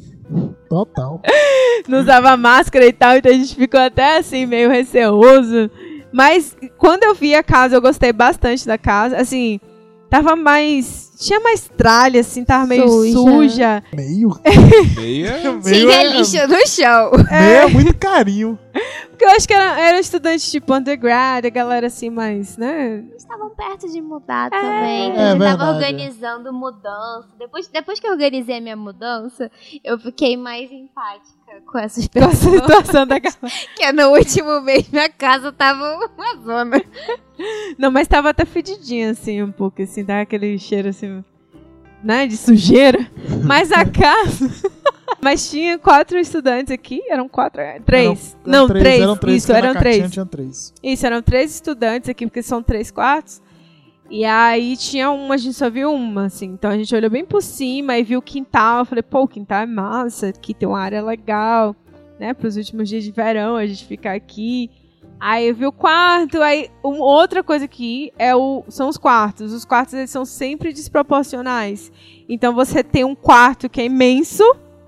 Total. Não usava máscara e tal, então a gente ficou até assim, meio receoso. Mas quando eu vi a casa, eu gostei bastante da casa, assim, tava mais... Tinha mais tralha, assim, tava meio Suja. suja. Meio. Meia. meio Tinha é, lixo no chão. meio é muito carinho. Porque eu acho que era, era estudante tipo undergrad, a galera assim mais, né? Eles estavam perto de mudar também. É a gente tava verdade. organizando mudança. Depois, depois que eu organizei a minha mudança, eu fiquei mais empática com essas Com a pessoas. situação da galera. Que no último mês minha casa tava uma zona. Não, mas tava até fedidinha, assim, um pouco, assim, dá aquele cheiro, assim, né, de sujeira. Mas a casa... Mas tinha quatro estudantes aqui, eram quatro, três. Eram- eram Não, três, três, eram três, isso, porque na eram cartinha três. Tinha três. Isso, eram três estudantes aqui, porque são três quartos. E aí tinha uma, a gente só viu uma, assim. Então a gente olhou bem por cima e viu o quintal. Eu falei, pô, o quintal é massa, aqui tem uma área legal, né? Para os últimos dias de verão, a gente ficar aqui. Aí eu vi o quarto, aí um, outra coisa aqui é o, são os quartos. Os quartos, eles são sempre desproporcionais. Então você tem um quarto que é imenso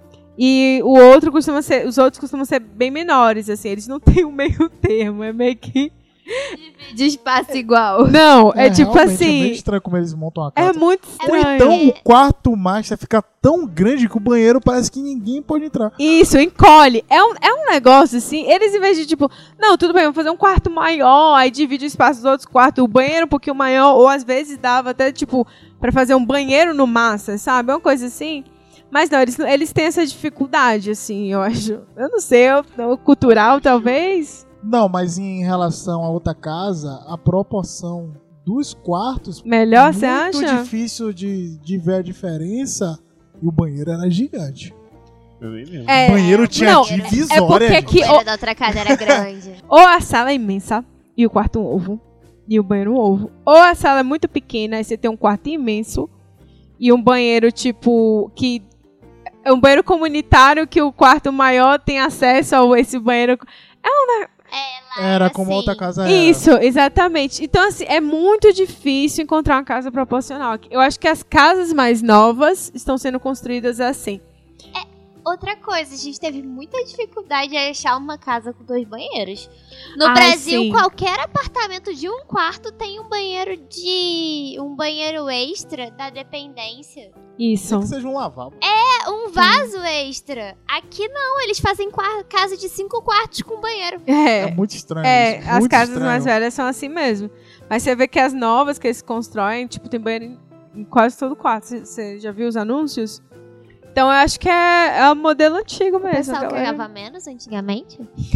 e o outro costuma ser, os outros costumam ser bem menores, assim. Eles não têm um meio termo, é meio que... De espaço igual. Não, é, tipo realmente assim... É meio estranho como eles montam a casa. É muito Ou estranho. então o quarto master fica tão grande que o banheiro parece que ninguém pode entrar. Isso, encolhe. É um, é um negócio assim, eles em vez de tipo, não, tudo bem, vamos fazer um quarto maior, aí divide o espaço dos outros quartos, o banheiro um pouquinho maior, ou às vezes dava até tipo, pra fazer um banheiro no massa, sabe? É uma coisa assim. Mas não, eles, eles têm essa dificuldade, assim, eu acho. Eu não sei, eu, eu, cultural talvez. Não, mas em relação a outra casa, a proporção dos quartos... Melhor, você muito acha? difícil de, de ver a diferença. E o banheiro era gigante. Eu nem lembro. É, o banheiro tinha não, divisória. é porque gente. aqui- O banheiro da outra casa era grande. Ou a sala é imensa e o quarto um ovo. E o banheiro um ovo. Ou a sala é muito pequena e você tem um quarto imenso. E um banheiro, tipo, que... É um banheiro comunitário que o quarto maior tem acesso a esse banheiro. Ela Era como assim, a outra casa era. Isso, exatamente. Então, assim, é muito difícil encontrar uma casa proporcional. Eu acho que as casas mais novas estão sendo construídas assim. Outra coisa, a gente teve muita dificuldade de achar uma casa com dois banheiros. No Ai, Brasil, sim. qualquer apartamento de um quarto tem um banheiro de... um banheiro extra da dependência. Isso. Que seja um lavabo. É um vaso extra. Aqui não, eles fazem qua- casa de cinco quartos com banheiro. É, É, muito estranho. é isso, as muito casas estranho. mais velhas são assim mesmo. Mas você vê que as novas que eles constroem, tipo, tem banheiro em, em quase todo quarto. Você- Você já viu os anúncios? Então eu acho que é, é o modelo antigo O mesmo. pessoal galera. ganhava menos antigamente.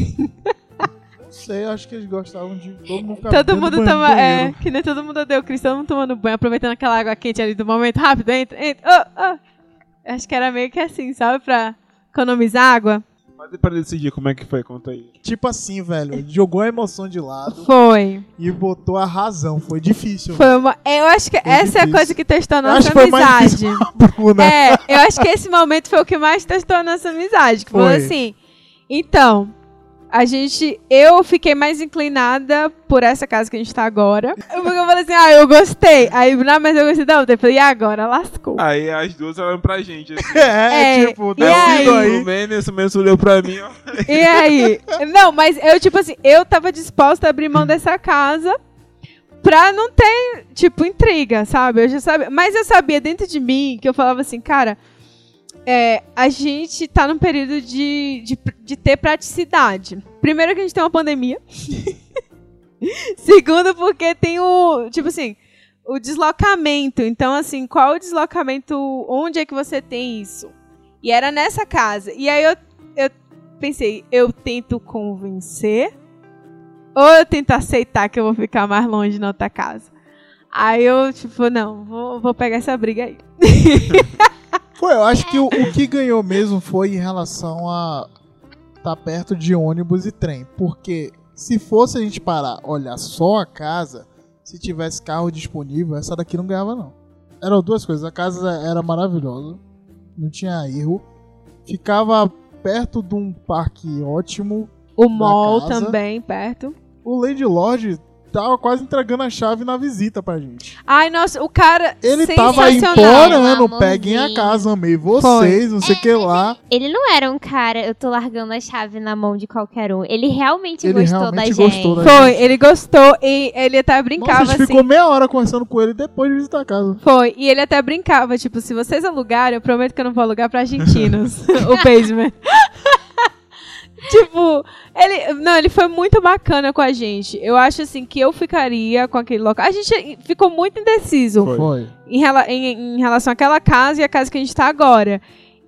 Não sei, acho que eles gostavam de todo mundo ficar Todo dentro mundo do banheiro- toma. É, banheiro. que nem todo mundo deu Cristo, todo mundo tomando banho, aproveitando aquela água quente ali do momento. Rápido, entra, entra. Oh, oh. Acho que era meio que assim, sabe? Pra economizar água. Mas e pra decidir como é que foi? Conta aí. Tipo assim, velho. Ele jogou a emoção de lado Foi. e botou a razão. Foi difícil. Foi uma. Eu acho que Foi essa é a difícil. coisa que testou a Eu nossa acho que foi mais amizade. difícil pra Bruna. É, eu acho que esse momento foi o que mais testou a nossa amizade. Que foi Foi. assim. Então, A gente, eu fiquei mais inclinada por essa casa que a gente tá agora. Porque eu falei assim, ah, eu gostei. Aí, não, mas eu gostei da outra. Eu falei, e agora? Lascou. Aí as duas olhando pra gente, assim. É, É, tipo, e descido aí? aí. O Menes mesmo olhou pra mim, ó. E aí? Não, mas eu, tipo assim, eu tava disposta a abrir mão dessa casa pra não ter, tipo, intriga, sabe? Eu já sabia. Mas eu sabia dentro de mim que eu falava assim, cara, é, a gente tá num período de, de, de ter praticidade. Primeiro que a gente tem uma pandemia. Segundo, porque tem o, tipo assim, o deslocamento. Então, assim, qual o deslocamento, onde é que você tem isso? E era nessa casa. E aí eu, eu pensei, eu tento convencer ou eu tento aceitar que eu vou ficar mais longe na outra casa? Aí eu, tipo, não, vou, vou pegar essa briga aí. Pô, eu acho que o, o que ganhou mesmo foi em relação a estar tá perto de ônibus e trem. Porque se fosse a gente parar, olhar só a casa, se tivesse carro disponível, essa daqui não ganhava, não. Eram duas coisas. A casa era maravilhosa, não tinha erro. Ficava perto de um parque ótimo. O mall casa. também, perto. O Lady Lord tava quase entregando a chave na visita pra gente. Ai, nossa, o cara Ele tava sensacional. implorando, Amorzinho. peguem a casa, amei vocês, não sei o que lá. Ele não era um cara, eu tô largando a chave na mão de qualquer um. Ele realmente Ele gostou realmente da gente. gostou da Foi, gente. ele gostou e ele até Nossa, brincava a gente assim. ficou meia hora conversando com ele depois de visitar a casa. Foi, e ele até brincava, tipo, se vocês alugarem, eu prometo que eu não vou alugar pra argentinos. O basement. Tipo, ele, não, ele foi muito bacana com a gente. Eu acho assim que eu ficaria com aquele local. A gente ficou muito indeciso Foi. Foi. em, rela- em- em relação àquela casa e a casa que a gente tá agora.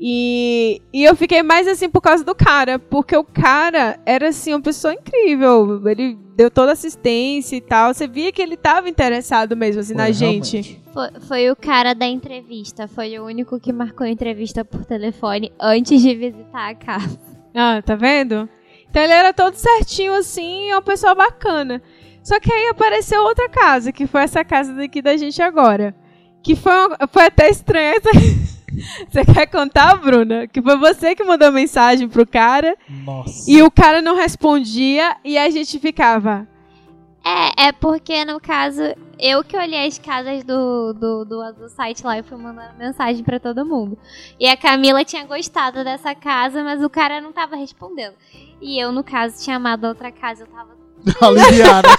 E, e eu fiquei mais assim por causa do cara, porque o cara era assim uma pessoa incrível. Ele deu toda assistência e tal. Você via que ele tava interessado mesmo assim Foi, na gente. realmente. Foi, foi o cara da entrevista. Foi o único que marcou a entrevista por telefone antes de visitar a casa. Ah, tá vendo? Então ele era todo certinho assim, é uma pessoa bacana. Só que aí apareceu outra casa, que foi essa casa daqui da gente agora. Que foi, uma- foi até estranho. essa- Você quer contar, Bruna? Que foi você que mandou mensagem pro cara Nossa. e o cara não respondia e a gente ficava. É, é porque, no caso, eu que olhei as casas do, do, do, do site lá e fui mandando mensagem pra todo mundo. E a Camila tinha gostado dessa casa, mas o cara não tava respondendo. E eu, no caso, tinha amado a outra casa, eu tava... Aliviada.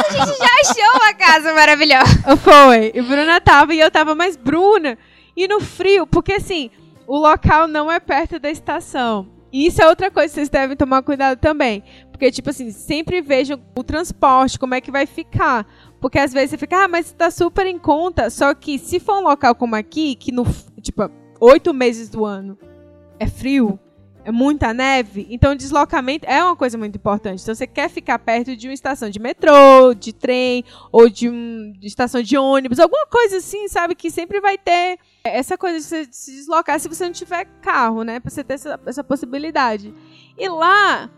Achou uma casa maravilhosa. Foi. E Bruna tava e eu tava, mas Bruna. E no frio, porque assim, o local não é perto da estação. E isso é outra coisa que vocês devem tomar cuidado também. Porque, tipo assim, sempre vejam o transporte, como é que vai ficar. Porque às vezes você fica, ah, mas tá super em conta. Só que se for um local como aqui, que no, tipo, oito meses do ano é frio, é muita neve, então o deslocamento é uma coisa muito importante. Então você quer ficar perto de uma estação de metrô, de trem, ou de uma estação de ônibus, alguma coisa assim, sabe? Que sempre vai ter essa coisa de você se deslocar se você não tiver carro, né? Pra você ter essa, essa possibilidade. E lá,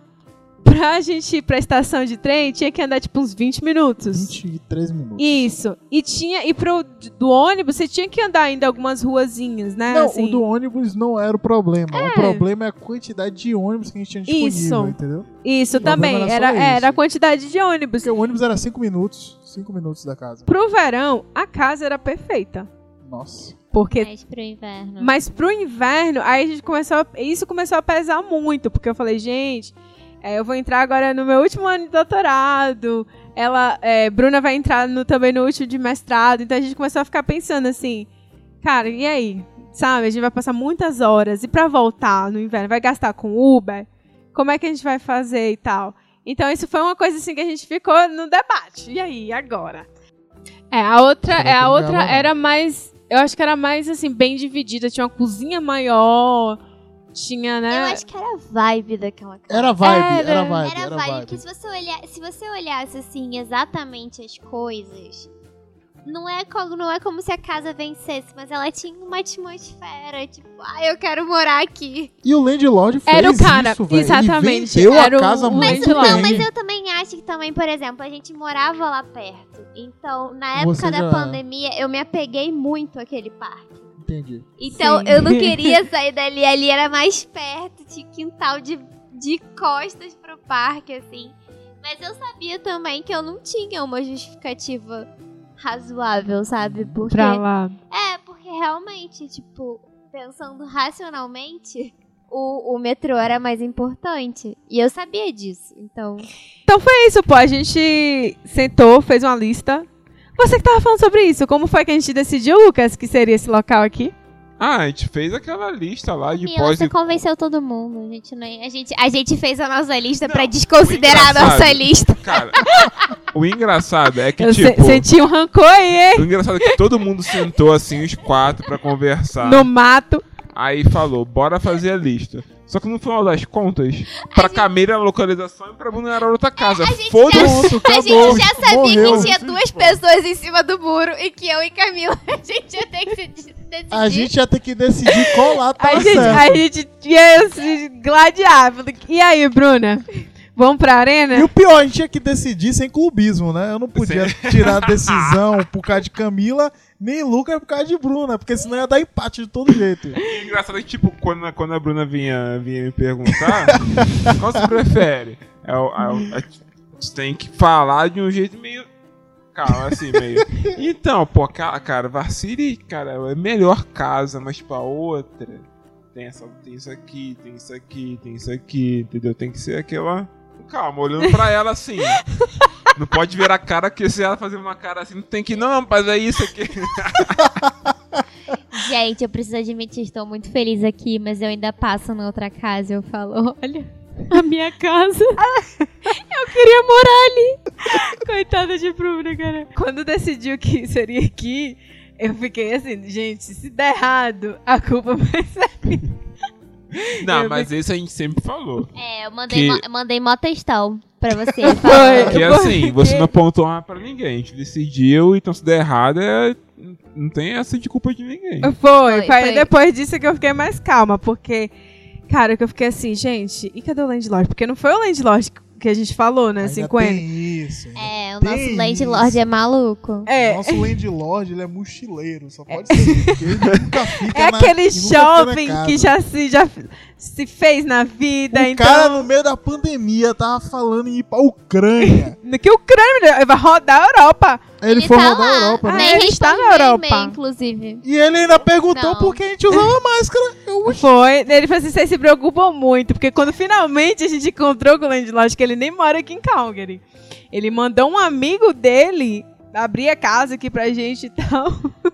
pra gente ir pra estação de trem, tinha que andar tipo uns vinte minutos. vinte e três minutos. Isso. E tinha e pro do ônibus, você tinha que andar ainda algumas ruazinhas, né? Não, assim. o do ônibus não era o problema. É. O problema é a quantidade de ônibus que a gente tinha disponível, Isso. entendeu? Isso O problema também. era Era, só era a isso. quantidade de ônibus. Porque o ônibus era cinco minutos. cinco minutos da casa. Pro verão, a casa era perfeita. Nossa. Porque Mas pro inverno. Mas pro inverno, aí a gente começou a, isso começou a pesar muito, porque eu falei, gente, é, eu vou entrar agora no meu último ano de doutorado, ela, é, Bruna vai entrar no, também no último de mestrado, então a gente começou a ficar pensando assim, cara, e aí? Sabe, a gente vai passar muitas horas, e pra voltar no inverno, vai gastar com Uber? Como é que a gente vai fazer e tal? Então isso foi uma coisa assim que a gente ficou no debate, e aí, agora? É, a outra, Será é, que a não outra ganhava, não? era mais... Eu acho que era mais, assim, bem dividida. Tinha uma cozinha maior, tinha, né? Eu acho que era a vibe daquela casa. Era vibe, Era. era vibe, Era era vibe, vibe. porque se você, olhar, se você olhasse assim exatamente as coisas, não é, como, não é como se a casa vencesse, mas ela tinha uma atmosfera, tipo, ah, eu quero morar aqui. E o Landlord fez Era o cara, isso, velho. exatamente, Ele vendeu era a o- casa o muito Mas, Landlord. não, bem. mas eu também acho que também, por exemplo, a gente morava lá perto. Então, na Você época da já- pandemia, eu me apeguei muito àquele parque. Entendi. Então, Sim. eu não queria sair dali. Ali era mais perto, tinha quintal de de costas pro parque, assim. Mas eu sabia também que eu não tinha uma justificativa razoável, sabe? Porque, Pra lá. é, porque realmente, tipo, pensando racionalmente, o, o metrô era mais importante. E eu sabia disso, então... Então foi isso, pô. A gente sentou, fez uma lista. Você que tava falando sobre isso. Como foi que a gente decidiu, Lucas, que seria esse local aqui? Ah, a gente fez aquela lista lá de Mila, pós você e... convenceu todo mundo. A gente, não, a gente, a gente fez a nossa lista Não, pra desconsiderar a engraçado- nossa lista. Cara, o engraçado é que, Eu se- tipo... senti um rancor aí, hein? O engraçado é que todo mundo sentou assim, os quatro, pra conversar. No mato. Aí falou, bora fazer a lista. Só que no final das contas, pra gente- Camila era a localização e pra Bruna era outra casa. gente Foda-se. Pronto, A acabou. gente já sabia Morreu. que tinha duas pessoas em cima do muro e que eu e Camila, a gente ia ter que se de- decidir. A gente ia ter que decidir qual lado A tá gente, certo. a gente ia se gladiar. E aí, Bruna? Vamos pra arena? E o pior, a gente tinha que decidir sem clubismo, né? Eu não podia tirar a decisão por causa de Camila, nem Lucas por causa de Bruna, porque senão ia dar empate de todo jeito. E engraçado é que, tipo, quando, a- quando a Bruna vinha, vinha me perguntar, qual você prefere? É, o- é, o- é, você tem que falar de um jeito meio... Calma, assim, meio... Então, pô, cara, cara Varsity, cara, é a melhor casa, mas pra outra... Tem, essa, tem isso aqui, tem isso aqui, tem isso aqui, entendeu? Tem que ser aquela... Calma, olhando pra ela assim. Não pode ver a cara, porque se ela fazer uma cara assim, não tem que... Não, mas é isso aqui. Gente, eu preciso admitir, estou muito feliz aqui, mas eu ainda passo na outra casa e eu falo, olha, a minha casa. Eu queria morar ali. Coitada de Bruna, cara. Quando decidiu que seria aqui, eu fiquei assim, gente, se der errado, a culpa vai ser minha. Não, Eu mas isso a gente sempre falou. É, eu mandei, Que- mo- eu mandei mó textão pra você. Foi. falando. Que Eu assim, vou- você não apontou nada pra ninguém. A gente decidiu, então se der errado, é... não tem essa de culpa de ninguém. Foi, Foi, foi, foi. depois disso que eu fiquei mais calma, porque, cara, que eu fiquei assim, gente, e cadê o Landlord? Porque não foi o Landlord que a gente falou, né, Ainda cinquenta. tem isso. ainda É, o tem nosso isso. landlord é maluco. É, Nosso landlord, ele é mochileiro, só pode ser, porque ele nunca fica é na, aquele ele nunca fica jovem na casa. que já se, já se fez na vida, O então... cara, no meio da pandemia, tava falando em ir pra Ucrânia. Que o crânio vai rodar a Europa. Ele, Ele foi tá rodar lá. a Europa, né? Ah, Nem ele está respondeu na Europa. e-mail, inclusive. E ele ainda perguntou Não. por que a gente usava máscara. Eu, Foi, ele falou assim, vocês se preocupam muito, porque quando finalmente a gente encontrou com o Landlord, que ele nem mora aqui em Calgary, ele mandou um amigo dele abrir a casa aqui pra gente e tal.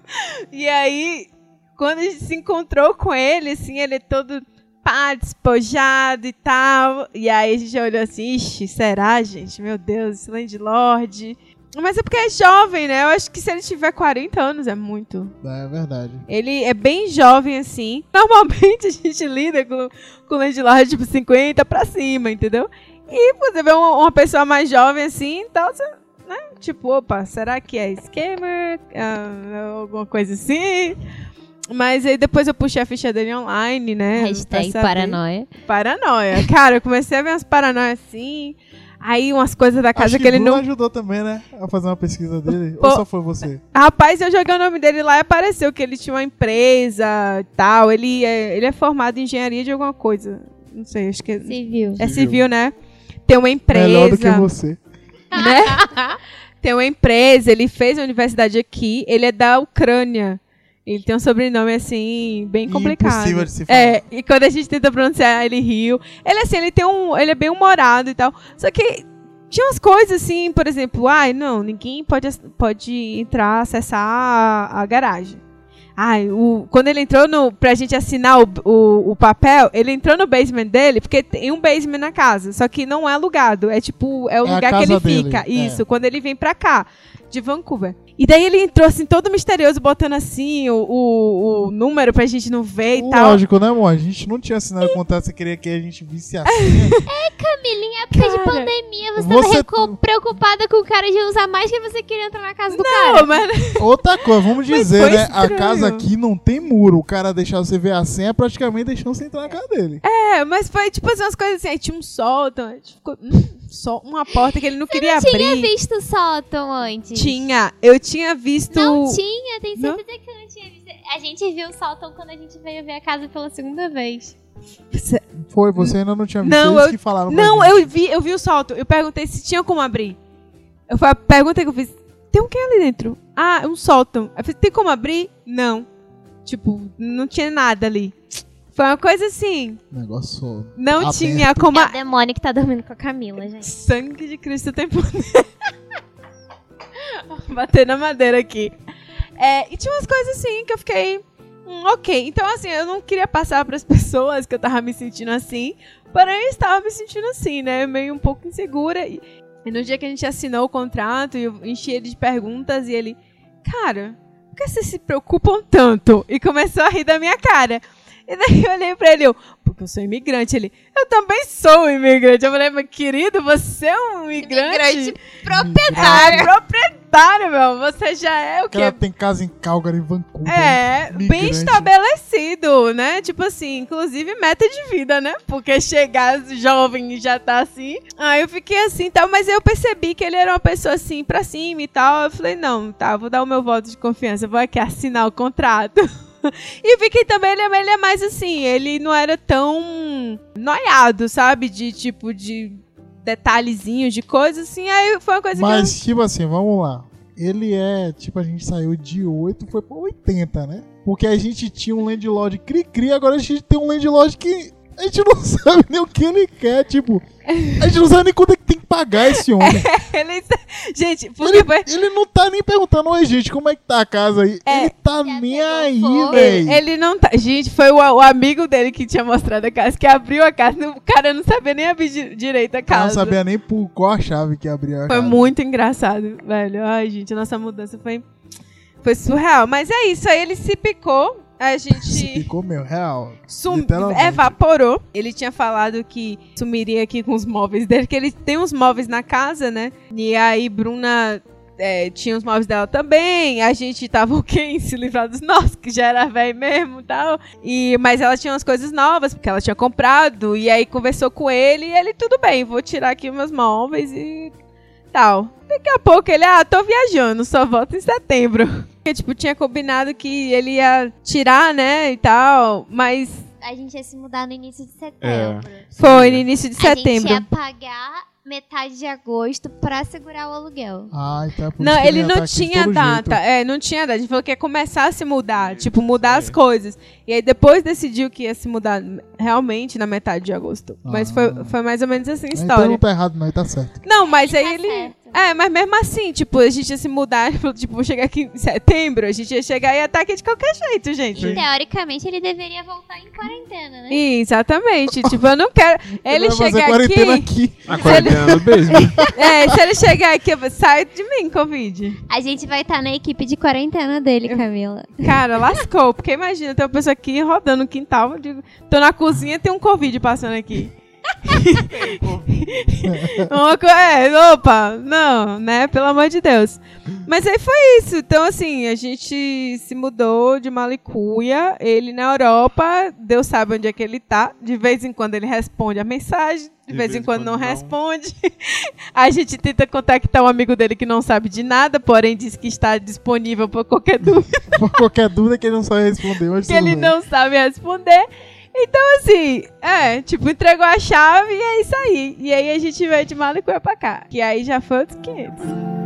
E aí, quando a gente se encontrou com ele, assim, ele é todo pá, despojado e tal. E aí a gente olhou assim, ixi, será, gente? Meu Deus, esse Landlord... Mas é porque é jovem, né? Eu acho que se ele tiver quarenta anos é muito. É verdade. Ele é bem jovem, assim. Normalmente a gente lida com, com landlord tipo cinquenta pra cima, entendeu? E você vê uma, uma pessoa mais jovem assim, então você, né? Tipo, opa, será que é scammer? Ah, alguma coisa assim. Mas aí depois eu puxei a ficha dele online, né? Hashtag pra saber. paranoia. Paranoia. Cara, eu comecei a ver umas paranoias assim. Aí umas coisas da casa Acho que, que ele Bruno não... ajudou também, né? A fazer uma pesquisa dele. Pô. Ou só foi você? Rapaz, eu joguei o nome dele lá e apareceu que ele tinha uma empresa e tal. Ele é, ele é formado em engenharia de alguma coisa. Não sei, acho que é, Civil. é civil, né? Tem uma empresa, Melhor do que você. né? Tem uma empresa, ele fez a universidade aqui, ele é da Ucrânia. Ele tem um sobrenome, assim, bem complicado. Impossível de se falar. É, e quando a gente tenta pronunciar, ele riu. Ele, assim, ele tem um... Ele é bem humorado e tal. Só que tinha umas coisas, assim, por exemplo... Ai, não, ninguém pode, pode entrar, acessar a, a garagem. Ai, o, quando ele entrou no... Pra gente assinar o, o, o papel, ele entrou no basement dele, porque tem um basement na casa. Só que não é alugado. É tipo... É o É a lugar que ele casa dele, fica. é. Isso, quando ele vem pra cá, de Vancouver. E daí ele entrou, assim, todo misterioso, botando, assim, o, o, o número pra gente não ver e tal. Lógico, né, amor? A gente não tinha assinado o contrato, você queria que a gente visse a senha. Camila, em época de Cara, pandemia, você, você- tava reco- preocupada com o cara de usar mais que você queria entrar na casa do Não, cara. mas... Outra coisa, vamos Mas dizer, foi né? A estranho. casa aqui não tem muro. O cara deixar você ver a senha, praticamente deixando você entrar na casa dele. É, mas foi tipo assim, umas coisas assim, aí tinha um sótão, aí ficou, hum, só uma porta que ele não queria Tinha abrir. visto sótão antes? Tinha, eu tinha visto... Não tinha, tem Não? certeza que eu não tinha visto. A gente viu o sótão quando a gente veio ver a casa pela segunda vez. Você- Foi, você ainda não tinha visto Não, eles eu- que falaram pra Não, gente. eu vi, eu vi o solto. Eu perguntei se tinha como abrir. Eu, foi a pergunta que eu fiz. Tem um que ali dentro? Ah, um sótão. Eu falei, tem como abrir? Não. Tipo, não tinha nada ali. Foi uma coisa assim. Negócio Não aberto. tinha como... É a- o demônio que tá dormindo com a Camila, gente. Sangue de Cristo tem poder. Bater na madeira aqui. É, e tinha umas coisas assim que eu fiquei... Hum, ok. Então, assim, eu não queria passar pras pessoas que eu tava me sentindo assim. Porém, eu estava me sentindo assim, né? Meio um pouco insegura. E, e no dia que a gente assinou o contrato, eu enchi ele de perguntas e ele... Cara, por que vocês se preocupam tanto? E começou a rir da minha cara. E daí eu olhei pra ele, eu, porque eu sou imigrante. Ele, eu também sou um imigrante. Eu falei, mas querido, você é um imigrante? Imigrante Ah, proprietário, meu. Você já é o Que quê? ela tem casa em Calgary, Vancouver. É, bem migrante. estabelecido, né? Tipo assim, inclusive meta de vida, né? Porque chegar jovem e já tá assim. Aí eu fiquei assim, tal, mas eu percebi que ele era uma pessoa assim, pra cima e tal. Eu falei, não, tá, vou dar o meu voto de confiança, vou aqui assinar o contrato. E vi que também ele, é- ele é mais assim, ele não era tão noiado, sabe? De tipo, de detalhezinhos, de coisas assim. Aí foi uma coisa Mas, tipo assim, vamos lá. Ele é, tipo, a gente saiu de oito, foi pra oitenta, né? Porque a gente tinha um landlord cri-cri, agora a gente tem um landlord que a gente não sabe nem o que ele quer, tipo... A gente não sabe nem quanto é que tem que pagar esse homem. que... ele... Gente, porque Ele, foi... ele não tá nem perguntando, oi, gente, como é que tá a casa aí? É. Ele tá Já nem pegou aí, fogo. velho. Ele não tá. Gente, foi o, o amigo dele que tinha mostrado a casa, que abriu a casa. O cara não sabia nem abrir di- direito a Eu não casa. sabia nem por qual a chave que abria a Foi casa. muito engraçado, velho. Ai, gente, a nossa mudança foi, foi surreal. Mas é isso, aí ele se picou. A Se gente ficou, meu, real. sum... literalmente. evaporou. Ele tinha falado que sumiria aqui com os móveis dele, que ele tem uns móveis na casa, né? E aí, Bruna. É, tinha os móveis dela também, a gente tava ok em se livrar dos nossos, que já era velho mesmo e tal. E, mas ela tinha umas coisas novas, porque ela tinha comprado, e aí conversou com ele, e ele, tudo bem, vou tirar aqui meus móveis e tal. Daqui a pouco ele, ah, tô viajando, só volto em setembro. Porque, tipo, tinha combinado que ele ia tirar, né, e tal, mas A gente ia se mudar no início de setembro. foi no início de A gente setembro. ia pagar metade de agosto pra segurar o aluguel. Ah, então é por isso Não, que ele ia não tá aqui de tinha todo data. jeito. É, não tinha data. A gente falou que ia começar a se mudar, tipo, mudar as coisas. E aí depois decidiu que ia se mudar realmente na metade de agosto. Mas Ah. foi, foi mais ou menos assim a Então história. não tá errado, não, tá certo. Não, mas Ele aí tá ele. certo. É, mas mesmo assim, tipo, a gente ia se mudar, tipo, vou chegar aqui em setembro, a gente ia chegar e ia estar aqui de qualquer jeito, gente. E teoricamente ele deveria voltar em quarentena, né? Exatamente. Tipo, eu não quero. Ele Vai fazer chegar quarentena aqui. aqui. A quarentena do basement. É, se ele chegar aqui, eu vou- sai de mim, Covid. A gente vai estar na equipe de quarentena dele, Camila. Cara, lascou. Porque imagina, tem uma pessoa aqui rodando no quintal. Eu digo, tô na cozinha, tem um Covid passando aqui. Uma co- é, opa, não, né? Pelo amor de Deus. Mas aí foi isso. Então, assim, a gente se mudou de Malicuia. Ele na Europa, Deus sabe onde é que ele tá. De vez em quando ele responde a mensagem. De, vez, em quando, não, responde. A gente tenta contactar um amigo dele que não sabe de nada, porém diz que está disponível para qualquer dúvida. Por qualquer dúvida que ele não sabe responder. Mas que tudo ele bem. não sabe responder. Então, assim, é, tipo, entregou a chave e é isso aí. E aí a gente veio de Malicuia pra cá. Que aí já foi outros quinhentos.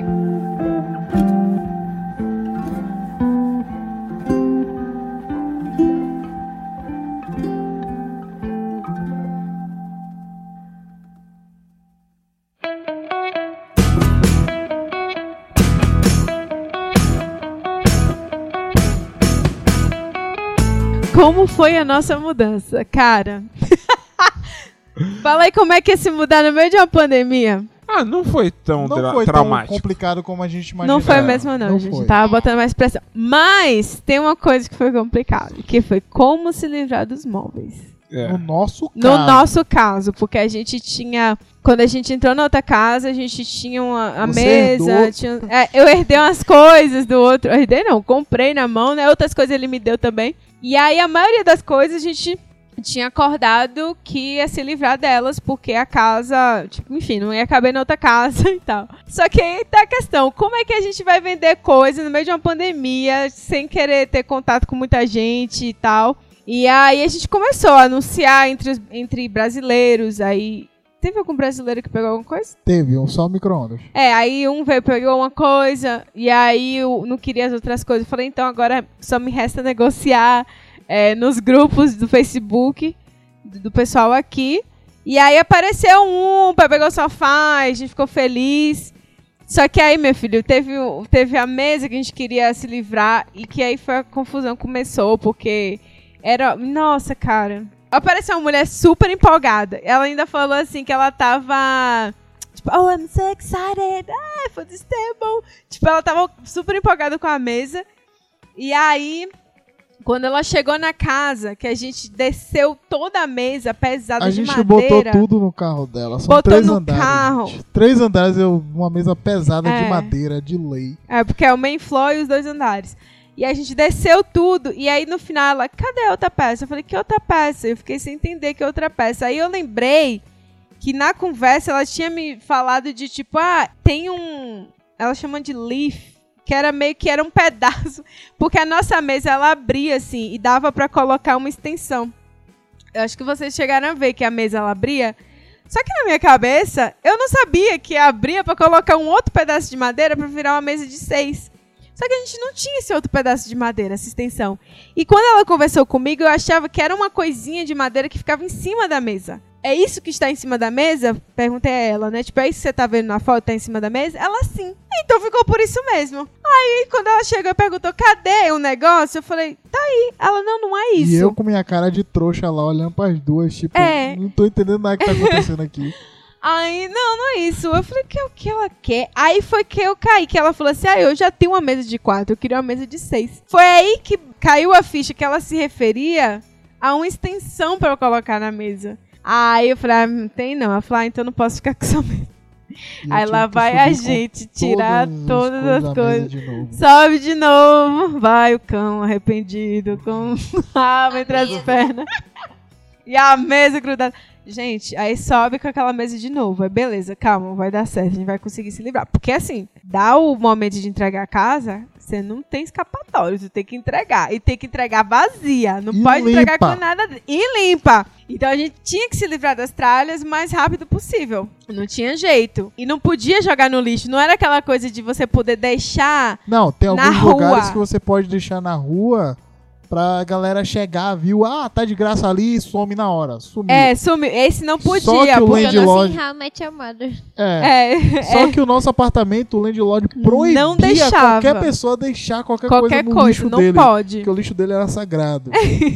Como foi a nossa mudança, cara? Fala aí como é que ia se mudar no meio de uma pandemia. Ah, não foi tão Não dra- foi tão traumático. complicado como a gente imaginava. Não foi mesmo não, Não a gente foi. tava botando mais pressão. Mas tem uma coisa que foi complicada, que foi como se livrar dos móveis. É. No nosso No caso. nosso caso, porque a gente tinha... Quando a gente entrou na outra casa, a gente tinha uma a Você mesa... herdou. Tinha, é, eu herdei umas coisas do outro... Eu herdei não, comprei na mão, né? Outras coisas ele me deu também. E aí, a maioria das coisas, a gente tinha acordado que ia se livrar delas, porque a casa... Tipo, enfim, não ia caber na outra casa e tal. Só que aí tá a questão, como é que a gente vai vender coisa no meio de uma pandemia, sem querer ter contato com muita gente e tal... E aí a gente começou a anunciar entre, os, entre brasileiros, aí... Teve algum brasileiro que pegou alguma coisa? Teve, um só o micro-ondas. É, aí um veio, pegou uma coisa, e aí eu não queria as outras coisas. Eu falei, então agora só me resta negociar é, nos grupos do Facebook, do, do pessoal aqui. E aí apareceu um, pegou o sofá, a gente ficou feliz. Só que aí, meu filho, teve, teve a mesa que a gente queria se livrar, e que aí foi a confusão começou, porque era... Nossa, cara... Apareceu uma mulher super empolgada. Ela ainda falou assim que ela tava... Tipo, oh, I'm so excited. Ah, for this table. Tipo, ela tava super empolgada com a mesa. E aí, quando ela chegou na casa, que a gente desceu toda a mesa pesada a de madeira... A gente botou tudo no carro dela. São botou três no andares, carro. Gente. Três andares, eu, uma mesa pesada É. de madeira, de lei. É, porque é o main floor e os dois andares. E a gente desceu tudo, e aí no final ela, cadê a outra peça? Eu falei, que outra peça? Eu fiquei sem entender que outra peça. Aí eu lembrei que na conversa ela tinha me falado de tipo, ah, tem um... Ela chama de leaf, que era meio que era um pedaço, porque a nossa mesa ela abria assim, e dava pra colocar uma extensão. Eu acho que vocês chegaram a ver que a mesa ela abria. Só que na minha cabeça, eu não sabia que abria pra colocar um outro pedaço de madeira pra virar uma mesa de seis. Só que a gente não tinha esse outro pedaço de madeira, essa extensão. E quando ela conversou comigo, eu achava que era uma coisinha de madeira que ficava em cima da mesa. É isso que está em cima da mesa? Perguntei a ela, né? Tipo, é isso que você tá vendo na foto, tá em cima da mesa? Ela, sim. Então ficou por isso mesmo. Aí, quando ela chegou e perguntou, cadê o negócio? Eu falei, tá aí. Ela, não, não é isso. E eu com minha cara de trouxa lá, olhando pras duas, tipo, É. não tô entendendo nada que tá acontecendo aqui. Aí, não, não é isso. Eu falei, que é o que ela quer? Aí foi que eu caí, que ela falou assim, ah, eu já tenho uma mesa de quatro, eu queria uma mesa de seis. Foi aí que caiu a ficha que ela se referia a uma extensão pra eu colocar na mesa. Aí eu falei, ah, não tem não. Ela falou, ah, então não posso ficar com essa mesa. E Aí eu lá tive que vai subir a com gente tirar todas as da coisas. mesa de novo. Sobe de novo. Vai o cão arrependido com rabo entre as pernas. E a mesa grudada. Gente, aí sobe com aquela mesa de novo. Aí beleza, calma, vai dar certo. A gente vai conseguir se livrar. Porque assim, dá o momento de entregar a casa, você não tem escapatório. Você tem que entregar. E tem que entregar vazia. Não E pode limpa. entregar com nada. E limpa. Então a gente tinha que se livrar das tralhas o mais rápido possível. Não tinha jeito. E não podia jogar no lixo. Não era aquela coisa de você poder deixar... Não, tem na alguns rua. lugares que você pode deixar na rua pra galera chegar, viu? Ah, tá de graça ali e some na hora. Sumiu. É, sumiu. Esse não podia. Só que o porque- Eu não landlord- sei How I Met Your Mother. É. É, Só é. que o nosso apartamento, o landlord proibia Não deixava. qualquer pessoa deixar qualquer, Qualquer coisa no coisa, lixo não dele. pode. Porque o lixo dele era sagrado.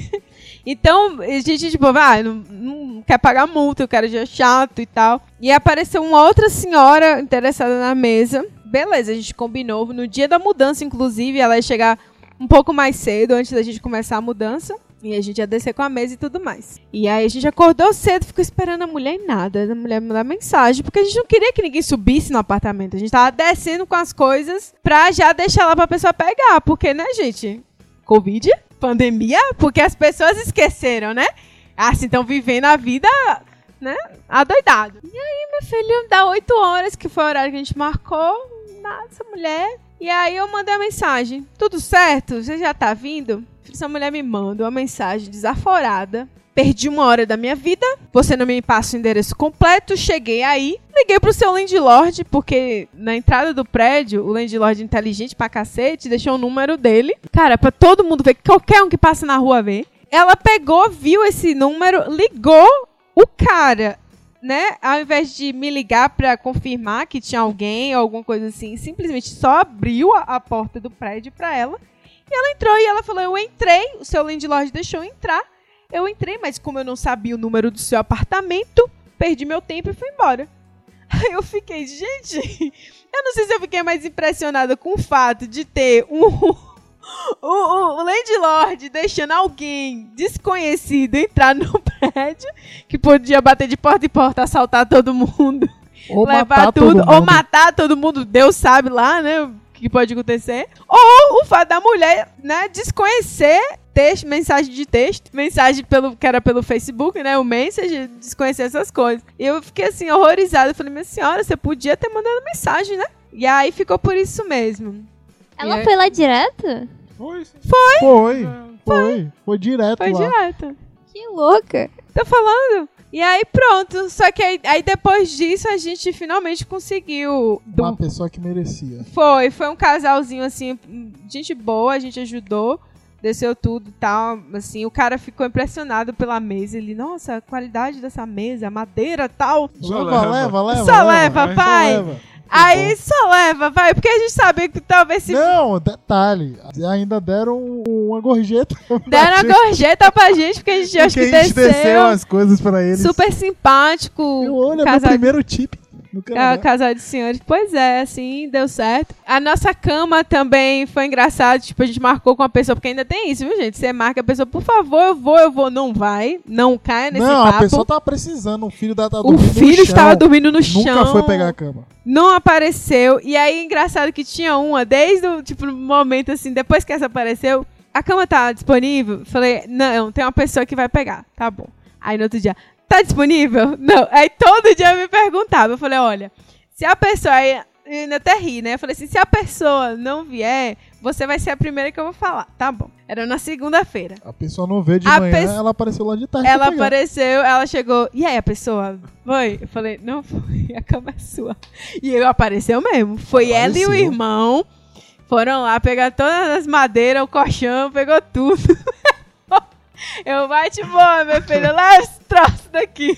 Então, a gente, tipo, ah, não, não quer pagar multa, o cara já é chato e tal. E apareceu uma outra senhora interessada na mesa. Beleza, a gente combinou. No dia da mudança, inclusive, ela ia chegar um pouco mais cedo, antes da gente começar a mudança. E a gente ia descer com a mesa e tudo mais. E aí a gente acordou cedo, ficou esperando a mulher e nada. A mulher mandar mensagem, porque a gente não queria que ninguém subisse no apartamento. A gente tava descendo com as coisas pra já deixar lá pra pessoa pegar. Porque, né, gente? Covid? Pandemia? Porque as pessoas esqueceram, né? Assim, estão vivendo a vida, né? Adoidado. E aí, meu filho, dá oito horas, que foi o horário que a gente marcou. Nada, essa mulher. E aí eu mandei a mensagem. Tudo certo? Você já tá vindo? Essa mulher me manda uma mensagem desaforada. Perdi uma hora da minha vida. Você não me passa o endereço completo. Cheguei aí. Liguei pro seu landlord, porque na entrada do prédio, o landlord inteligente pra cacete deixou o número dele. Cara, pra todo mundo ver, qualquer um que passa na rua ver. Ela pegou, viu esse número, ligou o cara, né? Ao invés de me ligar pra confirmar que tinha alguém ou alguma coisa assim, simplesmente só abriu a, a porta do prédio pra ela. E ela entrou e ela falou, eu entrei, o seu landlord deixou eu entrar. Eu entrei, mas como eu não sabia o número do seu apartamento, perdi meu tempo e fui embora. Aí eu fiquei, gente, eu não sei se eu fiquei mais impressionada com o fato de ter um, o, o, o landlord deixando alguém desconhecido entrar no prédio, que podia bater de porta em porta, assaltar todo mundo, Ou levar matar tudo, todo ou mundo. matar todo mundo, Deus sabe lá, né, o que pode acontecer. Ou o fato da mulher, né, desconhecer texto, mensagem de texto, mensagem pelo, que era pelo Facebook, né, o Message, desconhecer essas coisas. E eu fiquei assim, horrorizada. Eu falei, minha senhora, você podia ter mandado mensagem, né? E aí ficou por isso mesmo. Ela E foi lá direto? Foi, sim. Foi. É, Foi, foi direto Foi lá. direto. Que louca. Tô falando. E aí pronto. Só que aí, aí depois disso a gente finalmente conseguiu. do- Uma pessoa que merecia. Foi, foi um casalzinho assim, gente boa, a gente ajudou, desceu tudo e tal, assim, o cara ficou impressionado pela mesa, ele, nossa, a qualidade dessa mesa, a madeira e tal. Só leva, leva, leva. Só leva, vai, pai. Só leva. Aí só leva, vai, porque a gente sabia que talvez se Não, detalhe. Ainda deram uma gorjeta. deram a gorjeta pra gente, porque a gente acho Porque que a gente desceu, desceu as coisas pra eles. super simpático, Eu olho, é meu casal- primeiro tip no Ah, Canadá. casal de senhores. Pois é, assim, deu certo. A nossa cama também foi engraçado. Tipo, a gente marcou com a pessoa, porque ainda tem isso, viu, gente? Você marca a pessoa, por favor, eu vou, eu vou. Não vai. Não caia nesse Não, papo. a pessoa tava precisando. O filho dela tava O dormindo no filho chão. estava dormindo no chão. Nunca foi pegar a cama. Não apareceu. E aí, engraçado que tinha uma, desde o tipo, momento assim, depois que essa apareceu, a cama tá disponível? Falei, não, tem uma pessoa que vai pegar. Tá bom. Aí no outro dia, tá disponível? Não. Aí todo dia eu me perguntava. Eu falei, olha, se a pessoa. Aí, eu ainda até ri, né? Eu falei assim, se a pessoa não vier, você vai ser a primeira que eu vou falar. Tá bom. Era na segunda-feira. A pessoa não veio de A manhã, pe- ela apareceu lá de tarde. Ela pra pegar. apareceu, ela chegou. E aí, a pessoa foi? Eu falei, não foi, a cama é sua. E ele apareceu mesmo. Foi ela e o Apareceu. irmão. Foram lá pegar todas as madeiras, o colchão, pegou tudo. Eu, vai de boa, meu filho, leva esse troço daqui.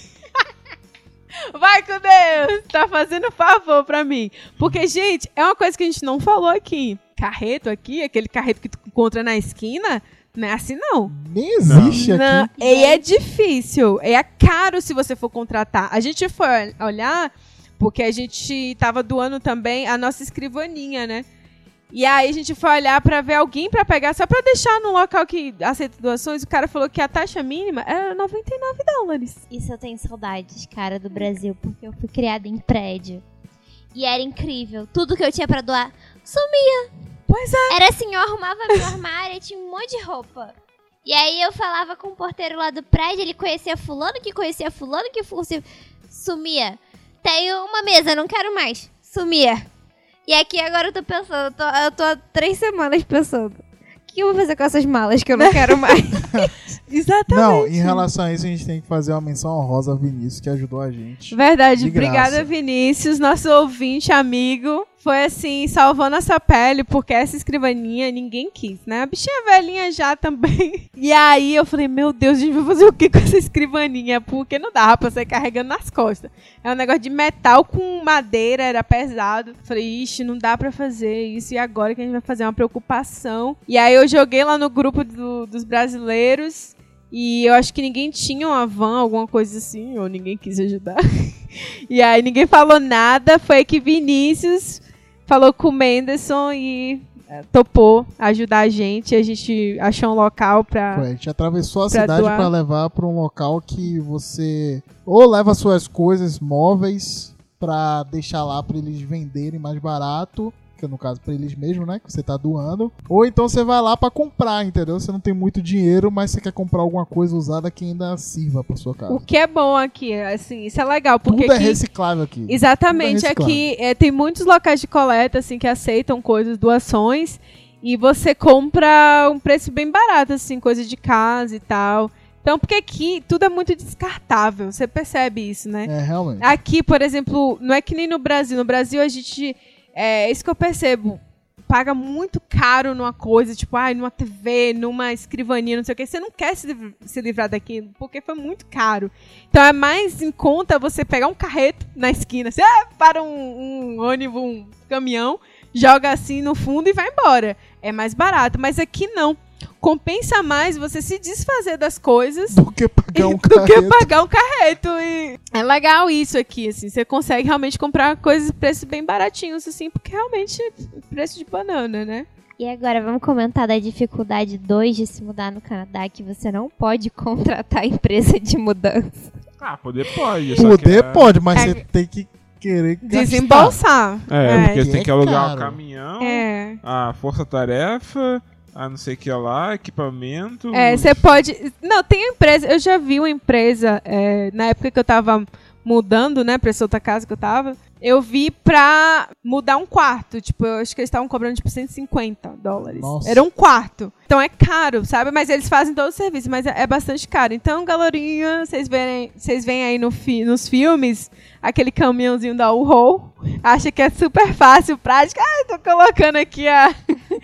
Vai com Deus, tá fazendo favor pra mim. Porque, gente, é uma coisa que a gente não falou aqui. Carreto aqui, aquele carreto que tu encontra na esquina, não é assim não. Nem existe Não, aqui. e é difícil, e é caro se você for contratar. A gente foi olhar, porque a gente tava doando também a nossa escrivaninha, né? E aí a gente foi olhar pra ver alguém pra pegar, só pra deixar num local que aceita doações. O cara falou que a taxa mínima era noventa e nove dólares. Isso eu tenho saudades, cara, do Brasil, porque eu fui criada em prédio. E era incrível. Tudo que eu tinha pra doar sumia. Pois é. Era assim, eu arrumava meu armário e tinha um monte de roupa. E aí eu falava com o porteiro lá do prédio, ele conhecia fulano, que conhecia fulano, que conhecia... Sumia. Tenho uma mesa, não quero mais. Sumia. E aqui agora eu tô pensando, eu tô, eu tô há três semanas pensando. O que eu vou fazer com essas malas que eu não quero mais? Exatamente. Não, em relação a isso, a gente tem que fazer uma menção honrosa ao Vinícius, que ajudou a gente. Verdade, De graça. obrigada Vinícius, nosso ouvinte, amigo. Foi assim, salvou nossa pele, porque essa escrivaninha ninguém quis, né? A bichinha velhinha já também. E aí eu falei, meu Deus, a gente vai fazer o que com essa escrivaninha? Porque não dava pra sair carregando nas costas. É um negócio de metal com madeira, era pesado. Falei, ixi, não dá pra fazer isso. E agora que a gente vai fazer uma preocupação. E aí eu joguei lá no grupo do- dos brasileiros. E eu acho que ninguém tinha uma van, alguma coisa assim, ou ninguém quis ajudar. E aí ninguém falou nada, foi que Vinícius falou com o Menderson e é, topou ajudar a gente. A gente achou um local pra... Foi, a gente atravessou a Pra cidade doar. pra levar pra um local que você ou leva suas coisas móveis pra deixar lá pra eles venderem mais barato, que no caso pra eles mesmos, né, que você tá doando, ou então você vai lá pra comprar, entendeu? Você não tem muito dinheiro, mas você quer comprar alguma coisa usada que ainda sirva pra sua casa. O que é bom aqui, assim, isso é legal, porque Tudo é aqui... reciclável aqui. Exatamente, Tudo é reciclável. aqui é, tem muitos locais de coleta, assim, que aceitam coisas, doações, e você compra um preço bem barato, assim, coisa de casa e tal. Então, porque aqui tudo é muito descartável, você percebe isso, né? É, realmente. Aqui, por exemplo, não é que nem no Brasil. No Brasil, a gente... É isso que eu percebo. Paga muito caro numa coisa, tipo, ai, numa T V, numa escrivaninha, não sei o que. Você não quer se, liv- se livrar daquilo, porque foi muito caro. Então, é mais em conta você pegar um carreto na esquina. Você ah, para um, um ônibus, um caminhão, joga assim no fundo e vai embora. É mais barato. Mas aqui não. Compensa mais você se desfazer das coisas Do que pagar um do que carreto. pagar um carreto. E é legal isso aqui, assim. Você consegue realmente comprar coisas preços bem baratinhos, assim, porque realmente é preço de banana, né? E agora vamos comentar da dificuldade dois de se mudar no Canadá, que você não pode contratar empresa de mudança. Ah, poder pode. só que Poder é- pode, mas É. você tem que querer gastar. Desembolsar. É, porque É. você tem que É alugar caro. o caminhão, É. a força-tarefa, a não sei o que lá, equipamento. É, você pode... Não, tem empresa... Eu já vi uma empresa, é, na época que eu tava mudando, né, pra essa outra casa que eu tava, eu vi pra mudar um quarto. Tipo, eu acho que eles estavam cobrando, tipo, cento e cinquenta dólares. Nossa. Era um quarto. Então é caro, sabe? Mas eles fazem todo o serviço, mas é, é bastante caro. Então, galerinha, vocês veem, vocês veem aí no fi, nos filmes, aquele caminhãozinho da U-Haul, acha que é super fácil, prático. Ah, tô colocando aqui a...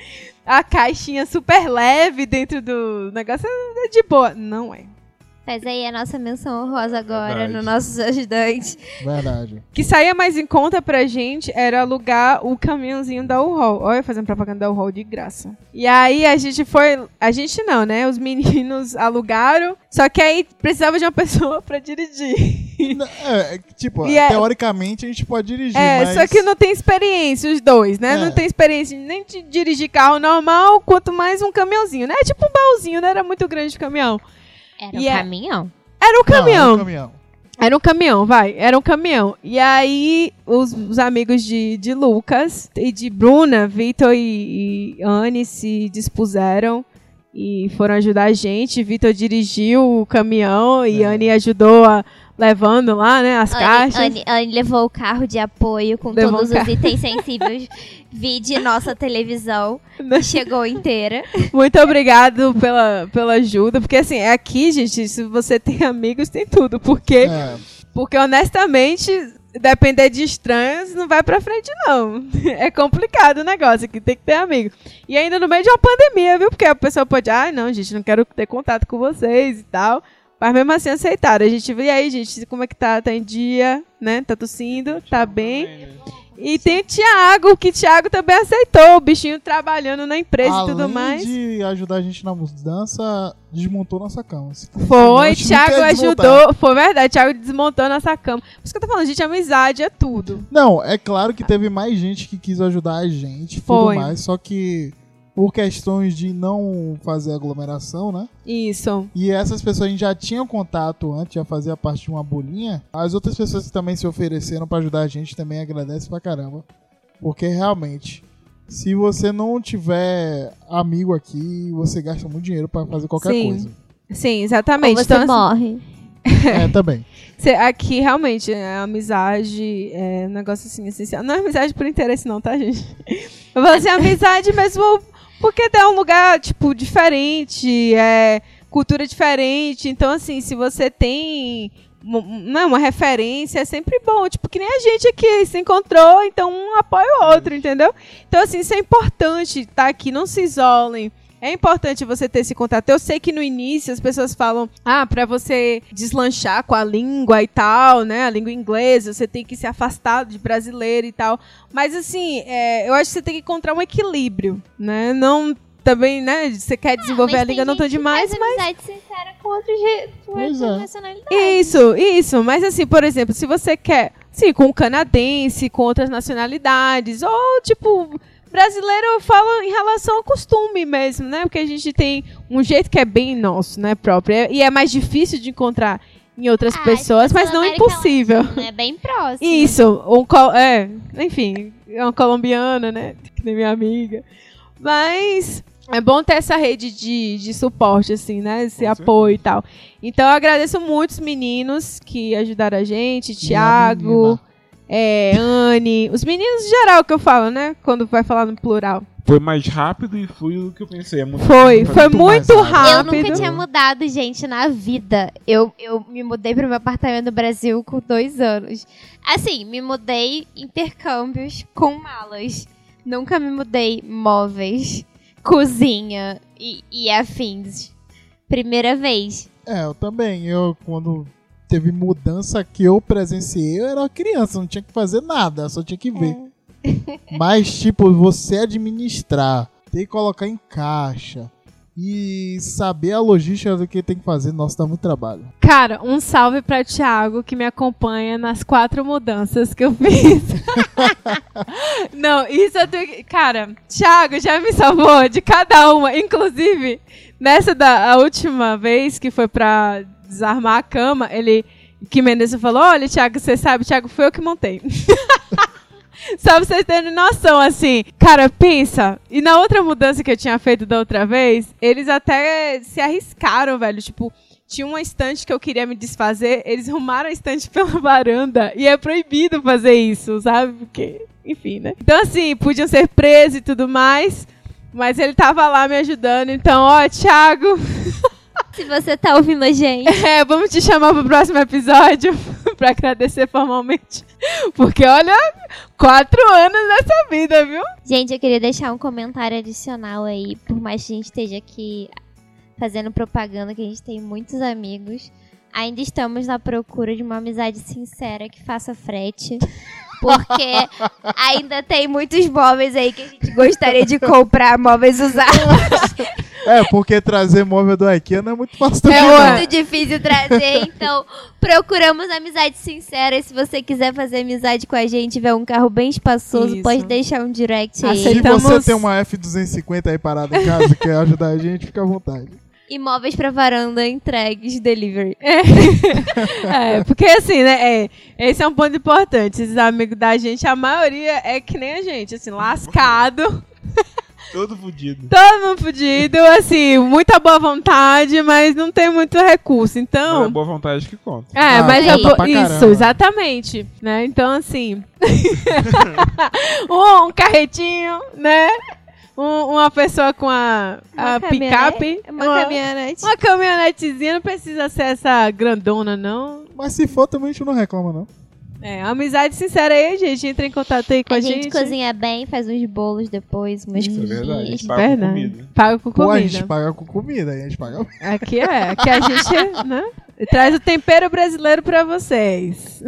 a caixinha super leve dentro do negócio, é de boa. Não é. Faz aí a nossa menção honrosa agora Verdade. no nossos ajudantes. Verdade. O que saía mais em conta pra gente era alugar o caminhãozinho da U-Haul. Olha, fazendo propaganda da U-Haul de graça. E aí a gente foi... A gente não, né? Os meninos alugaram. Só que aí precisava de uma pessoa pra dirigir. Não, É, é, tipo, E é- teoricamente a gente pode dirigir, É, mas... só que não tem experiência, os dois, né? É. Não tem experiência nem de dirigir carro normal, quanto mais um caminhãozinho, né? É tipo um baúzinho, não era muito grande o caminhão. Era um E é- caminhão. Era um Não, caminhão. é um caminhão. Era um caminhão, vai. Era um caminhão. E aí, os, os amigos de, de Lucas e de Bruna, Vitor e, e Anne se dispuseram e foram ajudar a gente. Vitor dirigiu o caminhão e É. Anne ajudou a, levando lá, né, as Anne, caixas. Anne, Anne levou o carro de apoio com Levou todos o os carro. itens sensíveis. Vide nossa televisão, que chegou inteira. Muito obrigado pela, pela ajuda. Porque, assim, aqui, gente, se você tem amigos, tem tudo. Porque, É, porque honestamente, depender de estranhos, não vai pra frente, não. É complicado o negócio aqui, tem que ter amigo. E ainda no meio de uma pandemia, viu? Porque a pessoa pode, ai, não, gente, não quero ter contato com vocês e tal. Mas mesmo assim aceitaram. A gente vê aí, gente, como é que tá? Tá em dia, né? Tá tossindo, tá bem. E tem o Thiago, que o Thiago também aceitou. O bichinho trabalhando na empresa e tudo além mais. de ajudar a gente na mudança, desmontou nossa cama. Foi, A gente não Thiago quer desmontar. ajudou. Foi verdade, Thiago desmontou a nossa cama. Por isso que eu tô falando, gente, amizade é tudo. Não, é claro que teve mais gente que quis ajudar a gente e tudo Foi. mais, só que por questões de não fazer aglomeração, né? Isso. E essas pessoas a gente já tinha contato antes, já fazia parte de uma bolinha. As outras pessoas que também se ofereceram pra ajudar a gente também agradecem pra caramba. Porque realmente, se você não tiver amigo aqui, você gasta muito dinheiro pra fazer qualquer Sim. coisa. Sim, Ou exatamente. você Então, assim, morre. É, também. cê- aqui realmente é amizade, é um negócio assim essencial. Não é amizade por interesse, não, tá, gente? Eu falo assim, amizade mesmo porque é um lugar, tipo, diferente, é cultura diferente. Então, assim, se você tem uma, não, uma referência, é sempre bom. Tipo, que nem a gente aqui se encontrou, então um apoia o outro, entendeu? Então, assim, isso é importante, tá aqui, não se isolem. É importante você ter esse contato. Eu sei que no início as pessoas falam, ah, pra você deslanchar com a língua e tal, né, a língua inglesa, você tem que se afastar de brasileiro e tal. Mas, assim, é, eu acho que você tem que encontrar um equilíbrio, né? Não também, né, você quer desenvolver Mas a língua, tem não tô gente que demais, faz mas... amizade sincera com outros re- com Pois outras é. nacionalidades. Isso, isso. Mas assim, por exemplo, se você quer, sim, com um canadense, com outras nacionalidades, ou tipo, brasileiro eu falo em relação ao costume mesmo, né? Porque a gente tem um jeito que é bem nosso, né, próprio. E é mais difícil de encontrar em outras Ah, pessoas, tipo, mas não é América impossível. Latina, É bem próximo. Isso, um, col- é, enfim, é uma colombiana, né? Que nem minha amiga. Mas é bom ter essa rede de, de suporte, assim, né? Esse Com apoio e tal. Então eu agradeço muito os meninos que ajudaram a gente, E a Thiago, menina. é, Anne, os meninos em geral que eu falo, né? Quando vai falar no plural. Foi mais rápido e fluido do que eu pensei. É muito Foi, foi muito muito mais rápido. Eu rápido. nunca tinha mudado, gente, na vida. Eu, eu me mudei pro meu apartamento no Brasil com dois anos. Assim, me mudei intercâmbios com malas. Nunca me mudei móveis, cozinha e, e afins. Primeira vez. É, eu também. Eu, quando teve mudança que eu presenciei, eu era uma criança, não tinha que fazer nada, só tinha que ver. Mas, tipo, você administrar, ter que colocar em caixa e saber a logística do que tem que fazer, nossa, dá muito trabalho. Cara, um salve pra Thiago, que me acompanha nas quatro mudanças que eu fiz. Não, isso eu tenho que... Cara, Thiago já me salvou de cada uma. Inclusive, nessa da a última vez que foi pra desarmar a cama, ele... Que Mendes falou, olha, Thiago, você sabe, Thiago, foi eu que montei. Só pra vocês terem noção, assim. Cara, pensa. E na outra mudança que eu tinha feito da outra vez, eles até se arriscaram, velho. Tipo, tinha uma estante que eu queria me desfazer, eles arrumaram a estante pela varanda e é proibido fazer isso, sabe? Porque, enfim, né? Então, assim, podiam ser presos e tudo mais, mas ele tava lá me ajudando. Então, ó, Thiago... Se você tá ouvindo a gente. É, vamos te chamar pro próximo episódio pra agradecer formalmente. Porque, olha, quatro anos nessa vida, viu? Gente, eu queria deixar um comentário adicional aí, por mais que a gente esteja aqui fazendo propaganda, que a gente tem muitos amigos. Ainda estamos na procura de uma amizade sincera que faça frete. Porque ainda tem muitos móveis aí que a gente gostaria de comprar, móveis usados. É, porque trazer móvel do IKEA não é muito fácil também. É não. muito difícil trazer, então procuramos amizade sincera. E se você quiser fazer amizade com a gente, tiver um carro bem espaçoso, Isso. pode deixar um direct aí. Aceita- Se Aceitamos- você tem uma F duzentos e cinquenta aí parada em casa e quer ajudar a gente, fica à vontade. E móveis pra varanda entregues, delivery. É, porque assim, né, é, esse é um ponto importante. Esses amigos da gente, a maioria é que nem a gente, assim, lascado, Todo fudido. todo mundo fudido, assim, muita boa vontade, mas não tem muito recurso. Mas é Então, boa vontade que conta. é, Ah, mas conta eu vou- pra isso, caramba. exatamente, né? Então, assim, um, um carretinho, né? Um- uma pessoa com a, Uma a caminhonete- picape, Uma, uma, caminhonete. uma caminhonetezinha, não precisa ser essa grandona, não. Mas se for, também a gente não reclama, não. É, amizade sincera aí, gente. Entra em contato aí com a, A gente cozinha bem, faz uns bolos depois, umas Isso é verdade. A comidas. gente paga com Verdade. comida. Paga com Pô, a comida. gente paga com comida, aí a gente paga... Aqui é, aqui a gente, né? Traz o tempero brasileiro pra vocês.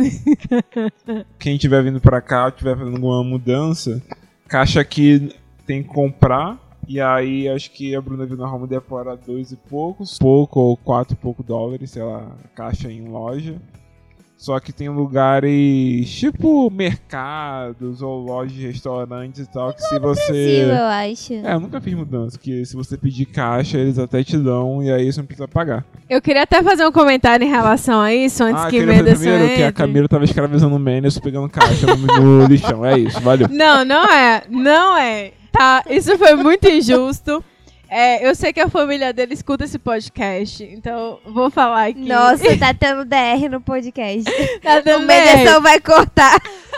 Quem tiver vindo pra cá, tiver fazendo alguma mudança, caixa aqui tem que comprar. E aí, acho que a Bruna viu na Home Depot era dois e poucos, pouco ou quatro e pouco dólares, sei lá, caixa em loja. Só que tem lugares tipo mercados ou lojas de restaurantes e tal, que se Brasil, você... eu acho. É, eu nunca fiz mudança, que se você pedir caixa, eles até te dão e aí você não precisa pagar. Eu queria até fazer um comentário em relação a isso, antes ah, que queria fazer Menderson primeiro que a entre. Camila tava escravizando o Menderson pegando caixa no, no lixão. É isso, valeu. Não, não é. Não é. Tá, isso foi muito injusto. É, eu sei que a família dele escuta esse podcast, então vou falar aqui. Nossa, tá tendo D R no podcast. Tá O dando Menderson vai cortar.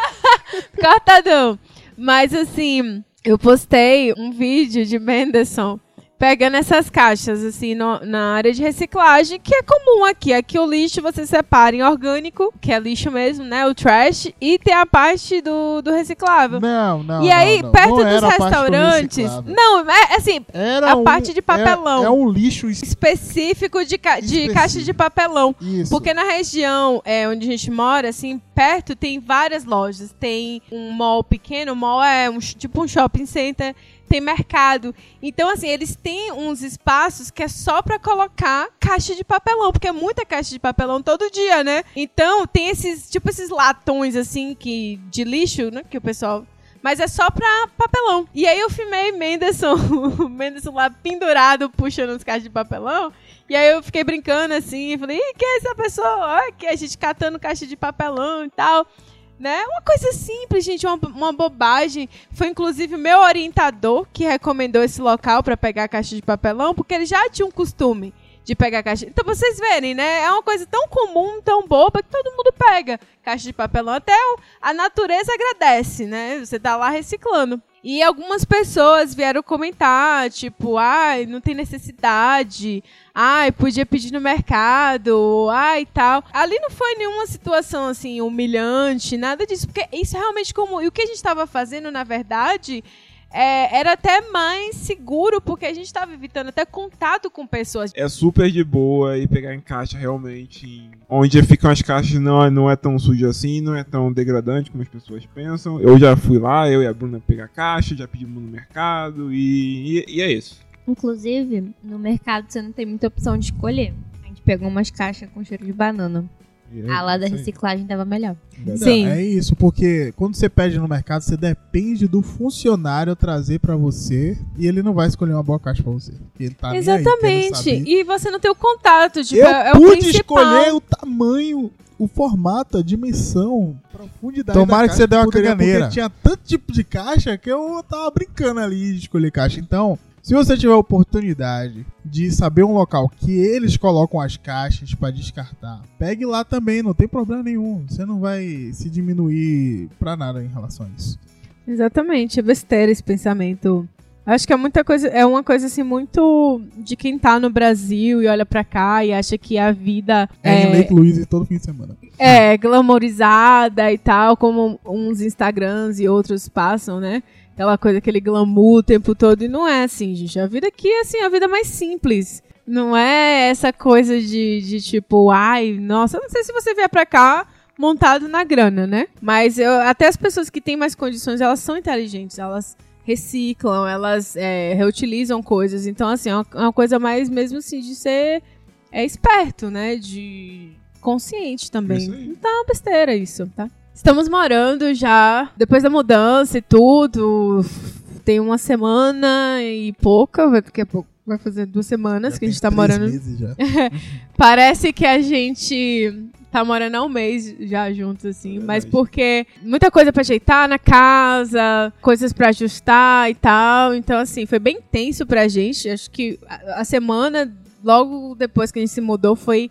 cortadão. Mas assim, eu postei um vídeo de Menderson pegando essas caixas, assim, no- na área de reciclagem, que é comum aqui. Aqui o lixo você separa em orgânico, que é lixo mesmo, né? O trash, e tem a parte do, do reciclável. Não, não, e aí, não, não. perto Não dos era a parte do restaurantes. reciclável. Não, é assim, Era a um- parte de papelão. É, é um lixo es- específico de, ca de Específico. caixa de papelão. isso. Porque na região é, onde a gente mora, assim, perto tem várias lojas. Tem um mall pequeno, o mall é um, sh- tipo um shopping center, tem mercado. Então, assim, eles têm uns espaços que é só pra colocar caixa de papelão, porque é muita caixa de papelão todo dia, né? Então, tem esses, tipo esses latões, assim, que, de lixo, né, que o pessoal... Mas é só pra papelão. E aí eu filmei Menderson, o Menderson lá pendurado, puxando as caixas de papelão. E aí eu fiquei brincando assim, falei, ih, quem é essa pessoa? Olha que a gente catando caixa de papelão e tal. Né? Uma coisa simples, gente, uma, uma bobagem. Foi inclusive o meu orientador que recomendou esse local pra pegar a caixa de papelão, porque ele já tinha um costume de pegar caixa. Então vocês verem, né? É uma coisa tão comum, tão boba, que todo mundo pega caixa de papelão. Até o- a natureza agradece, né? Você tá lá reciclando. E algumas pessoas vieram comentar, tipo, ai, não tem necessidade, ai, podia pedir no mercado, ai, e tal. Ali não foi nenhuma situação, assim, humilhante, nada disso, porque isso é realmente comum. E o que a gente estava fazendo, na verdade, é, era até mais seguro, porque a gente estava evitando até contato com pessoas. É super de boa e pegar em caixa realmente em- onde ficam as caixas não é, não é tão sujo assim, não é tão degradante como as pessoas pensam. Eu já fui lá, eu e a Bruna pegar caixa, já pedimos no mercado e, e, e é isso. Inclusive, no mercado você não tem muita opção de escolher. A gente pegou umas caixas com cheiro de banana. E é A lá da isso aí. reciclagem tava melhor. Não, Sim. É isso, porque quando você pede no mercado, você depende do funcionário trazer pra você e ele não vai escolher uma boa caixa pra você. Ele tá nem aí, querendo Exatamente. saber. E você não tem o contato, tipo, Eu é, é o pude principal. escolher o tamanho, o formato, a dimensão, profundidade Tomara da que caixa você deu uma poderia, caganeira. Porque tinha tanto tipo de caixa que eu tava brincando ali de escolher caixa. Então, Se você tiver a oportunidade de saber um local que eles colocam as caixas pra descartar, pegue lá também, não tem problema nenhum. Você não vai se diminuir pra nada em relação a isso. Exatamente, é besteira esse pensamento. Acho que é muita coisa, é uma coisa assim muito de quem tá no Brasil e olha pra cá e acha que a vida É, é, em Lake Louise todo fim de semana. é glamourizada e tal, como uns Instagrams e outros passam, né? Aquela coisa, aquele glamour o tempo todo. E não é assim, gente. A vida aqui é assim, a vida mais simples. Não é essa coisa de, de tipo, ai, nossa, eu não sei se você vier pra cá montado na grana, né? Mas eu, até as pessoas que têm mais condições, elas são inteligentes, elas reciclam, elas é, reutilizam coisas. Então, assim, é uma, uma coisa mais mesmo assim de ser é, esperto, né? De consciente também. Isso aí. Não tá uma besteira isso, tá? Estamos morando já, depois da mudança e tudo, tem uma semana e pouca, vai- daqui a pouco vai fazer duas semanas Já que a gente tem tá três morando. meses já. Parece que a gente tá morando há um mês já juntos, assim, Verdade. mas porque muita coisa pra ajeitar na casa, coisas pra ajustar e tal, então assim, foi bem tenso pra gente, acho que a, a semana, logo depois que a gente se mudou, foi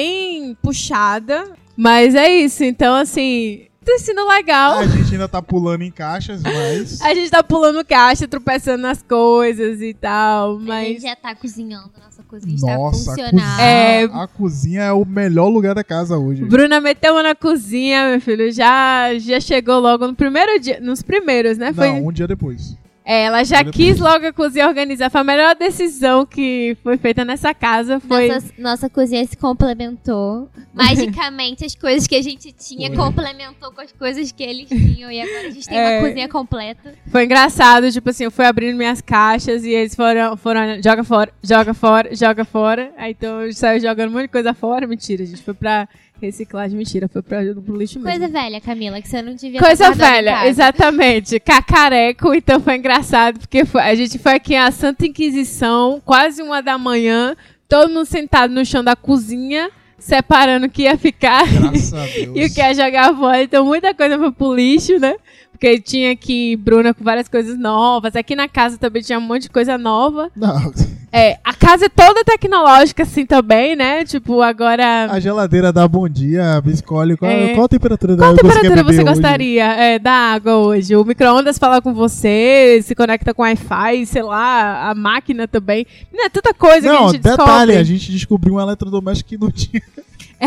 bem puxada, mas é isso, então assim, tem sido legal. A gente ainda tá pulando em caixas, mas... A gente tá pulando caixa, tropeçando nas coisas e tal, A gente mas... já tá cozinhando, nossa cozinha está Nossa, a funcional. cozinha, É. a cozinha é o melhor lugar da casa hoje. Bruna meteu uma na cozinha, meu filho, já, já chegou logo no primeiro dia, nos primeiros, né? Foi, Não, um dia depois. é, ela já depois. quis logo a cozinha organizar, foi a melhor decisão que foi feita nessa casa, foi... Nossa, nossa cozinha se complementou. Magicamente, as coisas que a gente tinha Foi. complementou com as coisas que eles tinham. E agora a gente tem É. uma cozinha completa. Foi engraçado, tipo assim, eu fui abrindo minhas caixas e eles foram, foram joga fora, joga fora, joga fora. Aí então eu saí jogando um monte de coisa fora. Mentira, gente, foi pra reciclagem, mentira, foi pra, pro lixo mesmo. Coisa velha, Camila, que você não devia Coisa ter guardado em velha, casa. exatamente. Cacareco, então foi engraçado, porque foi- a gente foi aqui à Santa Inquisição, quase uma da manhã, todo mundo sentado no chão da cozinha, separando o que ia ficar Graças a Deus. e o que ia jogar fora. Então muita coisa foi pro lixo, né? Porque tinha aqui Bruna com várias coisas novas. Aqui na casa também tinha um monte de coisa nova. Não, É, a casa é toda tecnológica assim também, né? Tipo, agora... a geladeira dá bom dia, escolhe qual, É. qual a temperatura da Qual água que você quer temperatura beber você hoje. gostaria é, da água hoje? O micro-ondas fala com você, se conecta com Wi-Fi, sei lá, a máquina também. Não é tanta coisa Não, que a gente detalhe, descobre. a gente descobriu um eletrodoméstico que não tinha, É,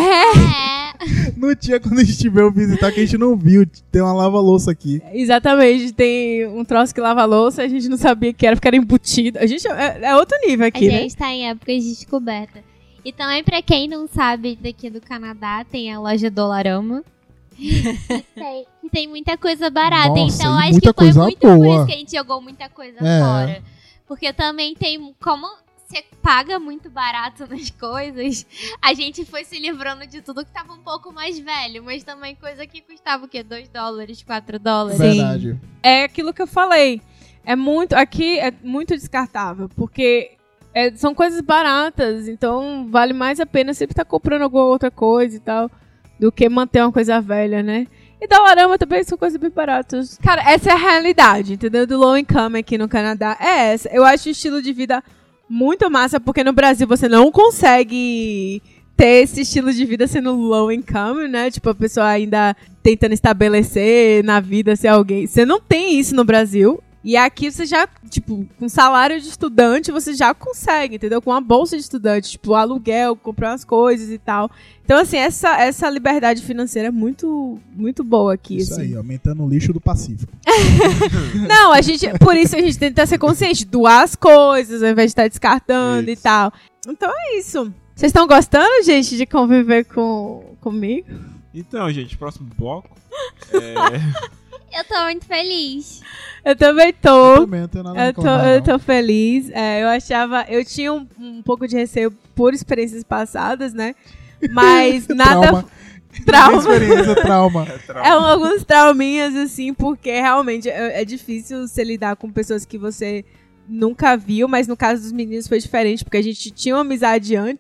É, não tinha quando a gente veio visitar, que a gente não viu. Tem uma lava-louça aqui. exatamente. Tem um troço que lava a louça, a gente não sabia que era, ficar embutido. A gente é, é outro nível a aqui, né? gente tá em épocas de descoberta. E também, pra quem não sabe, daqui do Canadá, tem a loja Dolarama. tem, e tem muita coisa barata. Nossa, então, e acho muita que foi coisa muito por boa. isso que a gente jogou muita coisa É. fora. Porque também tem... Como você paga muito barato nas coisas, a gente foi se livrando de tudo que tava um pouco mais velho. Mas também coisa que custava o quê? dois dólares, quatro dólares. Sim. Verdade. É aquilo que eu falei. É muito, aqui é muito descartável, porque é, são coisas baratas, então vale mais a pena sempre estar comprando alguma outra coisa e tal, do que manter uma coisa velha, né? E Dollarama também são coisas bem baratas. Cara, essa é a realidade, entendeu? Do low income aqui no Canadá. É essa. Eu acho o estilo de vida muito massa, porque no Brasil você não consegue ter esse estilo de vida sendo low income, né? Tipo, a pessoa ainda tentando estabelecer na vida ser alguém. Você não tem isso no Brasil. E aqui você já, tipo, com salário de estudante, você já consegue, entendeu? Com a bolsa de estudante, tipo, aluguel, comprar umas coisas e tal. Então, assim, essa, essa liberdade financeira é muito, muito boa aqui, Isso assim. aí, aumentando o lixo do Pacífico. Não, a gente, por isso a gente tenta ser consciente, doar as coisas, ao invés de estar descartando Isso. e tal. Então é isso. Vocês estão gostando, gente, de conviver com, comigo? Então, gente, próximo bloco. É... Eu tô muito feliz. Eu também Eu tô. também não tenho nada a Eu tô, reclamar, eu não. tô feliz. É, eu achava. Eu tinha um, um pouco de receio por experiências passadas, né? Mas nada. Trauma. Trauma. Experiência, trauma. é trauma. É um, alguns trauminhas, assim, porque realmente é, é difícil você lidar com pessoas que você nunca viu, mas no caso dos meninos foi diferente, porque a gente tinha uma amizade antes.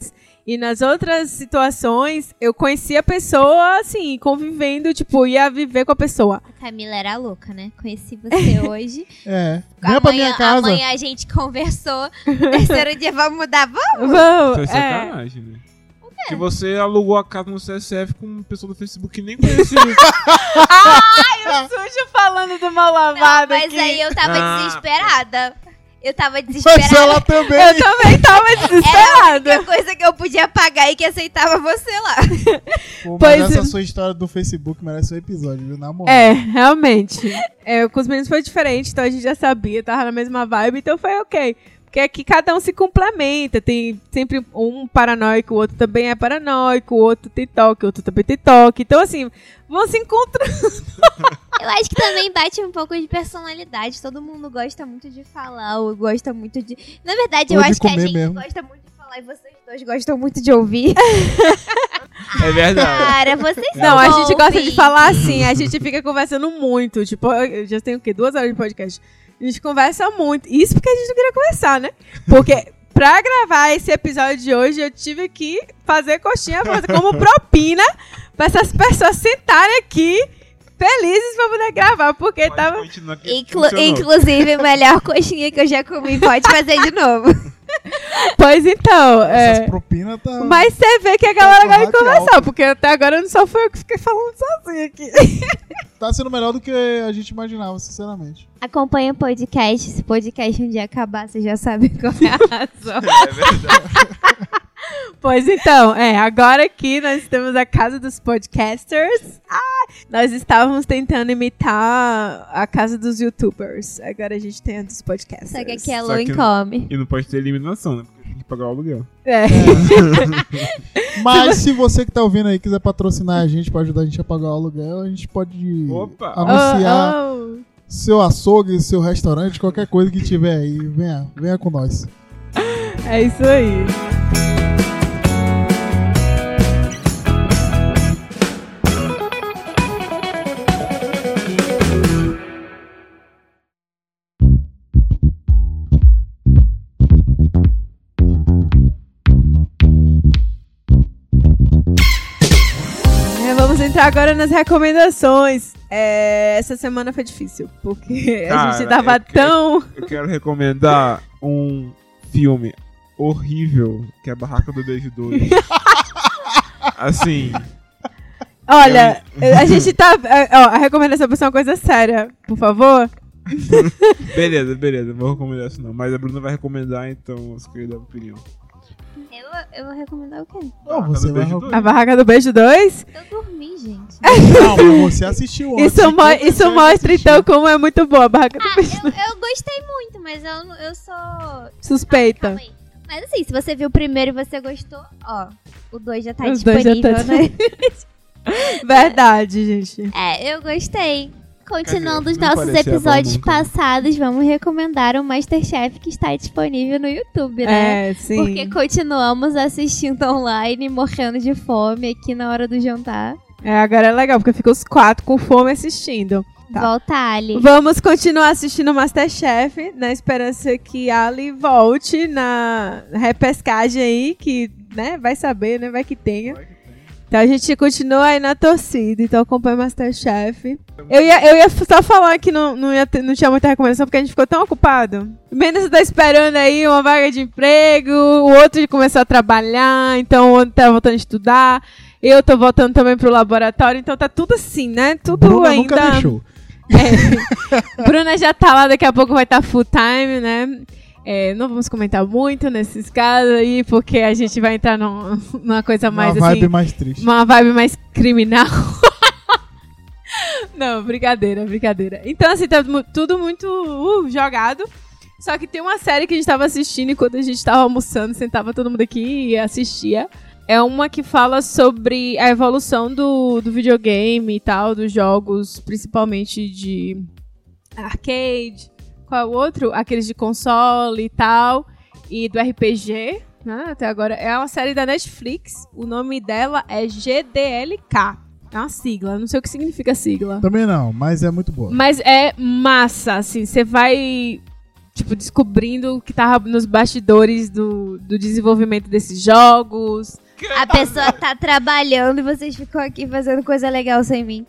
E nas outras situações, eu conhecia a pessoa, assim, convivendo, tipo, ia viver com a pessoa. A Camila era louca, né? Conheci você hoje. É. Vem pra minha casa. Amanhã a gente conversou. No terceiro dia, vamos mudar? Vamos? Vamos. Isso é é. sacanagem, né? Que você alugou a casa no C S F com uma pessoa do Facebook que nem conhecia. Ai, o sujo falando do mal lavado Não, mas aqui. aí eu tava Ah, desesperada. Eu tava Mas desesperada. ela também. Eu também tava Era a desesperada. única coisa que eu podia pagar e que aceitava você lá. Pô, mas Pois essa é. sua história do Facebook merece um episódio, viu? Na moral. É, realmente. É, com os meninos foi diferente, então a gente já sabia, tava na mesma vibe, então foi ok. Porque aqui cada um se complementa, tem sempre um paranoico, o outro também é paranoico, o outro tem toque, o outro também tem toque. Então, assim, vão se encontrando. Eu acho que também bate um pouco de personalidade. Todo mundo gosta muito de falar, ou gosta muito de... Na verdade, Ou eu de acho que a comer gente mesmo. gosta muito de falar e vocês dois gostam muito de ouvir. É verdade. Cara, vocês Não, a são gente gosta de bons. falar assim, a gente fica conversando muito. Tipo, eu já tenho o quê? Duas horas de podcast. A gente conversa muito. Isso porque a gente não queria conversar, né? Porque pra gravar esse episódio de hoje, eu tive que fazer coxinha como propina pra essas pessoas sentarem aqui felizes pra poder gravar. Porque Pode tava... continuar que Inclu- funcionou. inclusive, a melhor coxinha que eu já comi. Pode fazer de novo. Pois então, Essas é... propinas tá... Mas você vê que a galera gosta de Tá conversar, alto. porque até agora não só foi eu que fiquei falando sozinha aqui. tá sendo melhor do que a gente imaginava, sinceramente. Acompanha o podcast. Se o podcast um dia acabar, você já sabe qual é a razão. É verdade. Pois então, é, agora aqui nós temos a casa dos podcasters. Ah, nós estávamos tentando imitar a casa dos youtubers. Agora a gente tem a dos podcasters. Só que aqui é Só low que- income. E não pode ter eliminação, né? Porque tem que pagar o aluguel. É. Mas se você que tá ouvindo aí quiser patrocinar a gente pra ajudar a gente a pagar o aluguel, a gente pode Opa! anunciar Oh, oh. seu açougue, seu restaurante, qualquer coisa que tiver aí. Venha, venha com nós. É isso aí. É, vamos entrar agora nas recomendações. É, essa semana foi difícil, porque a Cara, gente tava eu- tão... Eu quero recomendar um filme horrível, que é Barraca do Beijo dois. Assim, Olha, a gente tá... Ó, a recomendação vai ser uma coisa séria, por favor. beleza, beleza, não vou recomendar isso não. Mas a Bruna vai recomendar, então você queria dar opinião. Eu, eu vou recomendar o quê? Não, Barraca você do vai Beijo recomendar. dois. A Barraca do Beijo dois. Eu dormi, gente. Não, você assistiu antes. Isso, de mo começar isso a mostra, assistir. então, como é muito boa a Barraca do Ah, Beijo eu, dois. eu gostei muito, mas eu, não- eu sou... Suspeita. Calma aí. Mas assim, se você viu o primeiro e você gostou, ó, o dois já tá Os dois já disponível, tá né? Verdade, gente. É, eu gostei. Continuando Quer os dizer, não nossos parecia bom episódios nunca, né? passados, vamos recomendar o Masterchef que está disponível no YouTube, né? É, sim. Porque continuamos assistindo online, morrendo de fome aqui na hora do jantar. É, agora é legal, porque fica os quatro com fome assistindo. Tá. Volta, Ali. Vamos continuar assistindo Masterchef, na esperança que Ali volte na repescagem aí, que, né, vai saber, né, vai que tenha. Então a gente continua aí na torcida, então acompanha Masterchef. Eu ia, eu ia só falar que não, não, ia ter- não tinha muita recomendação, porque a gente ficou tão ocupado. O Menos tá esperando aí uma vaga de emprego, o outro começou a trabalhar, então o outro tá voltando a estudar. Eu tô voltando também pro laboratório, então tá tudo assim, né? Tudo Bruna ainda... nunca deixou. É. Bruna já tá lá, daqui a pouco vai estar full time, né? É, não vamos comentar muito nesses casos aí, porque a gente vai entrar num- numa coisa mais Uma vibe assim, mais triste. uma vibe mais criminal. Não, brincadeira, brincadeira. Então, assim, tá mu- tudo muito uh, jogado. Só que tem uma série que a gente tava assistindo enquanto a gente tava almoçando, sentava todo mundo aqui e assistia. É uma que fala sobre a evolução do, do videogame e tal, dos jogos, principalmente de arcade. Qual é o outro? Aqueles de console e tal. E do R P G, né? Até agora. É uma série da Netflix. O nome dela é G D L K. É uma sigla. Não sei o que significa sigla. Também não, mas é muito boa. Mas é massa, assim. Você vai tipo, descobrindo o que tava nos bastidores do, do desenvolvimento desses jogos. A pessoa tá trabalhando e vocês ficam aqui fazendo coisa legal sem mim.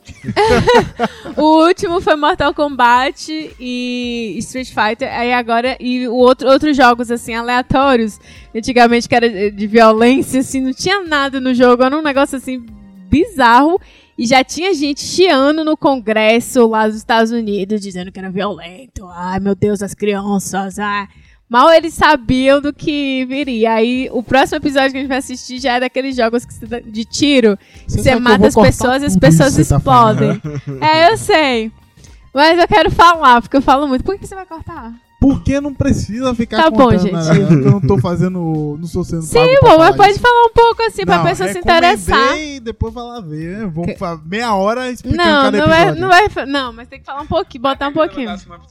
O último foi Mortal Kombat e Street Fighter. Aí agora, e o outro, outros jogos, assim, aleatórios. Antigamente, que era de violência, assim, não tinha nada no jogo. Era um negócio, assim, bizarro. E já tinha gente chiando no Congresso lá dos Estados Unidos, dizendo que era violento. Ai, meu Deus, as crianças, ai... Mal eles sabiam do que viria. Aí o próximo episódio que a gente vai assistir já é daqueles jogos que você dá- de tiro. Você Você sabe que eu mata vou as cortar pessoas e as tudo pessoas isso que você tá explodem. É, eu sei. Mas eu quero falar, porque eu falo muito. Por que você vai cortar? Porque não precisa ficar Tá bom, contando, gente. né? Porque eu não tô fazendo... Não sou sendo Sim, pago pra bom, mas falar pode isso. falar um pouco assim pra Não, pessoa se recomendei interessar. E depois vai lá ver. né? Vamos fa- meia hora explicando Não, cada não episódio. vai, não vai. fa- Não, mas tem que falar um pouquinho, botar um pouquinho.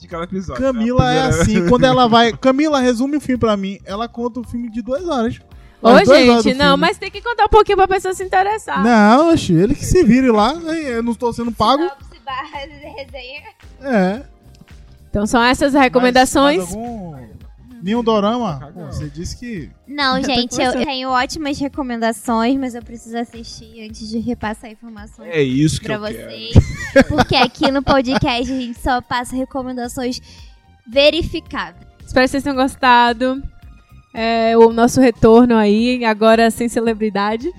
Camila é assim, quando ela vai... Camila resume o filme pra mim, ela conta o filme de duas horas. Ô, As duas horas do gente, não, filme. mas tem que contar um pouquinho pra pessoa se interessar. Não, oxe, ele que se vire lá, né? Eu não tô sendo pago. Sinopse barra resenha. É. Então são essas recomendações. Mais, mais algum... Nenhum dorama? Pô, você disse que... Não, Já tô gente, eu começando. tenho ótimas recomendações, mas eu preciso assistir antes de repassar informações É isso que pra eu quero. vocês. Porque aqui no podcast a gente só passa recomendações verificadas. Espero que vocês tenham gostado. É, o nosso retorno aí, agora sem celebridade.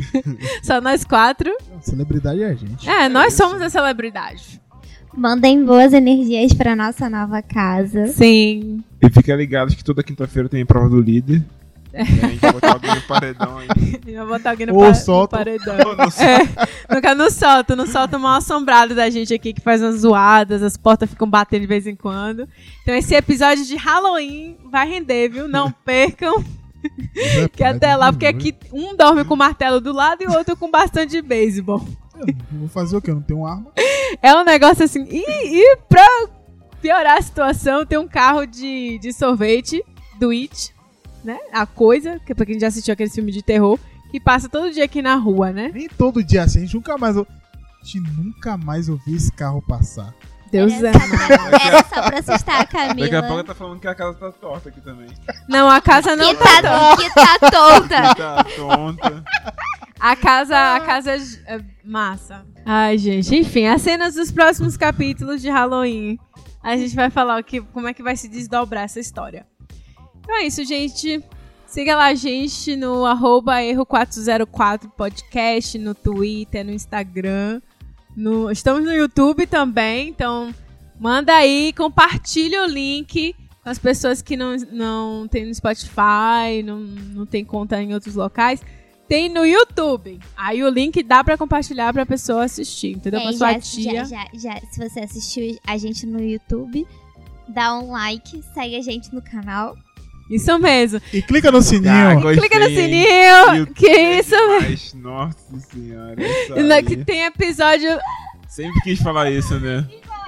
Só nós quatro. Celebridade é a gente. É, nós somos a celebridade. Mandem boas energias pra nossa nova casa. Sim. E fica ligado que toda quinta-feira tem prova do líder. E a gente vai botar alguém no paredão aí. Eu vou botar alguém no, Ou pa- no solta. paredão. Ou não sei. É, nunca não solta, não solta o mal assombrado da gente aqui que faz umas zoadas, as portas ficam batendo de vez em quando. Então esse episódio de Halloween vai render, viu? Não percam, que até lá, porque aqui um dorme com o martelo do lado e o outro com bastante de beisebol. Eu vou fazer o quê? Eu não tenho arma? É um negócio assim. E, e pra piorar a situação, tem um carro de, de sorvete do It, né? A Coisa, que é pra quem já assistiu aquele filme de terror, que passa todo dia aqui na rua, né? Nem todo dia assim, a gente nunca mais... ou- A gente nunca mais ouviu esse carro passar. Deus era, é. só pra, era só pra assustar a Camila. Daqui a pouco tá falando que a casa tá torta aqui também. Não, a casa não que, tá. tá, que tá tonta. Tá tonta. A casa, a casa é é massa. Ai, gente. Enfim, as cenas dos próximos capítulos de Halloween. A gente vai falar o que, como é que vai se desdobrar essa história. Então é isso, gente. Siga lá a gente no arroba erro quatro zero quatro podcast, no Twitter, no Instagram. No, estamos no YouTube também, então manda aí, compartilha o link com as pessoas que não, não tem no Spotify, não, não tem conta em outros locais. Tem no YouTube. Aí o link dá pra compartilhar pra pessoa assistir, entendeu? É, Pra sua já, tia. Já, já, já, se você assistiu a gente no YouTube, dá um like, segue a gente no canal. Isso mesmo. E clica no sininho. Ah, gostei, Clica no hein? sininho. YouTube Que é isso, velho. demais. Nossa senhora. essa Na- aí. Que tem episódio. Sempre quis falar isso, né?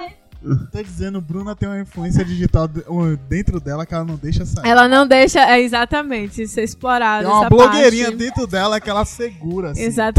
Tô dizendo, Bruna tem uma influência digital de- um, dentro dela que ela não deixa sair. Ela não deixa. É exatamente. Isso é explorado. Tem uma essa blogueirinha parte. dentro dela que ela segura, assim. Exato.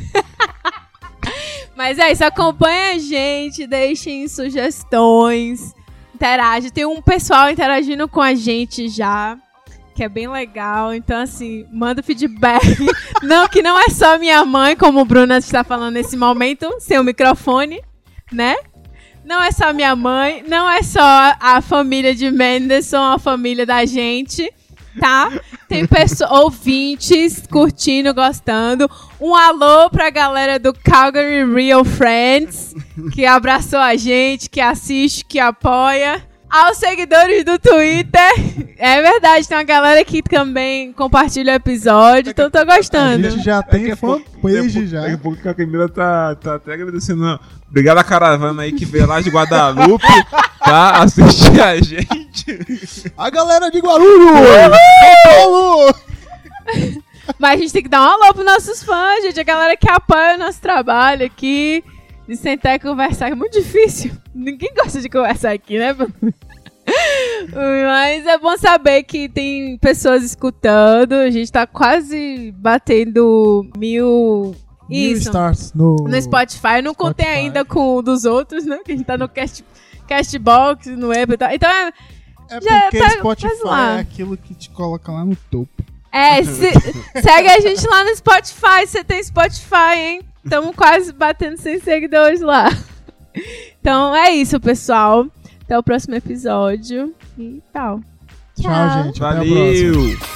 Mas é isso, acompanha a gente, deixem sugestões, interage. Tem um pessoal interagindo com a gente já, que é bem legal. Então, assim, manda feedback. Não, que não é só minha mãe, como o Bruna está falando nesse momento, sem o microfone, né? Não é só minha mãe, não é só a família de Menderson, a família da gente, tá? Tem pessoas, ouvintes curtindo, gostando. Um alô pra galera do Calgary Real Friends, que abraçou a gente, que assiste, que apoia. Aos seguidores do Twitter. É verdade, tem uma galera que também compartilha o episódio, então tô A gostando. gente já Daqui tem a pouco- fanpage já. Daqui a pouco a Camila tá, tá até agradecendo. Obrigado a caravana aí que veio lá de Guadalupe, tá? Assistir a gente. A galera de Guarulhos! São Paulo! Mas a gente tem que dar um alô pros nossos fãs, gente. A galera que apoia o nosso trabalho aqui. De sentar e conversar. É muito difícil. Ninguém gosta de conversar aqui, né? Mas é bom saber que tem pessoas escutando. A gente tá quase batendo mil... Mil Isso. stars no... No Spotify. Eu não contei Spotify. ainda com o dos outros, né? Que a gente tá no cast, Castbox, no Apple e tal. Então é... É Já porque pega- Spotify faz lá. é aquilo que te coloca lá no topo. É, se- segue a gente lá no Spotify. Você tem Spotify, hein? Estamos quase batendo cem seguidores lá. Então é isso, pessoal. Até o próximo episódio. E tal. Tchau, gente. Até a próxima. Valeu!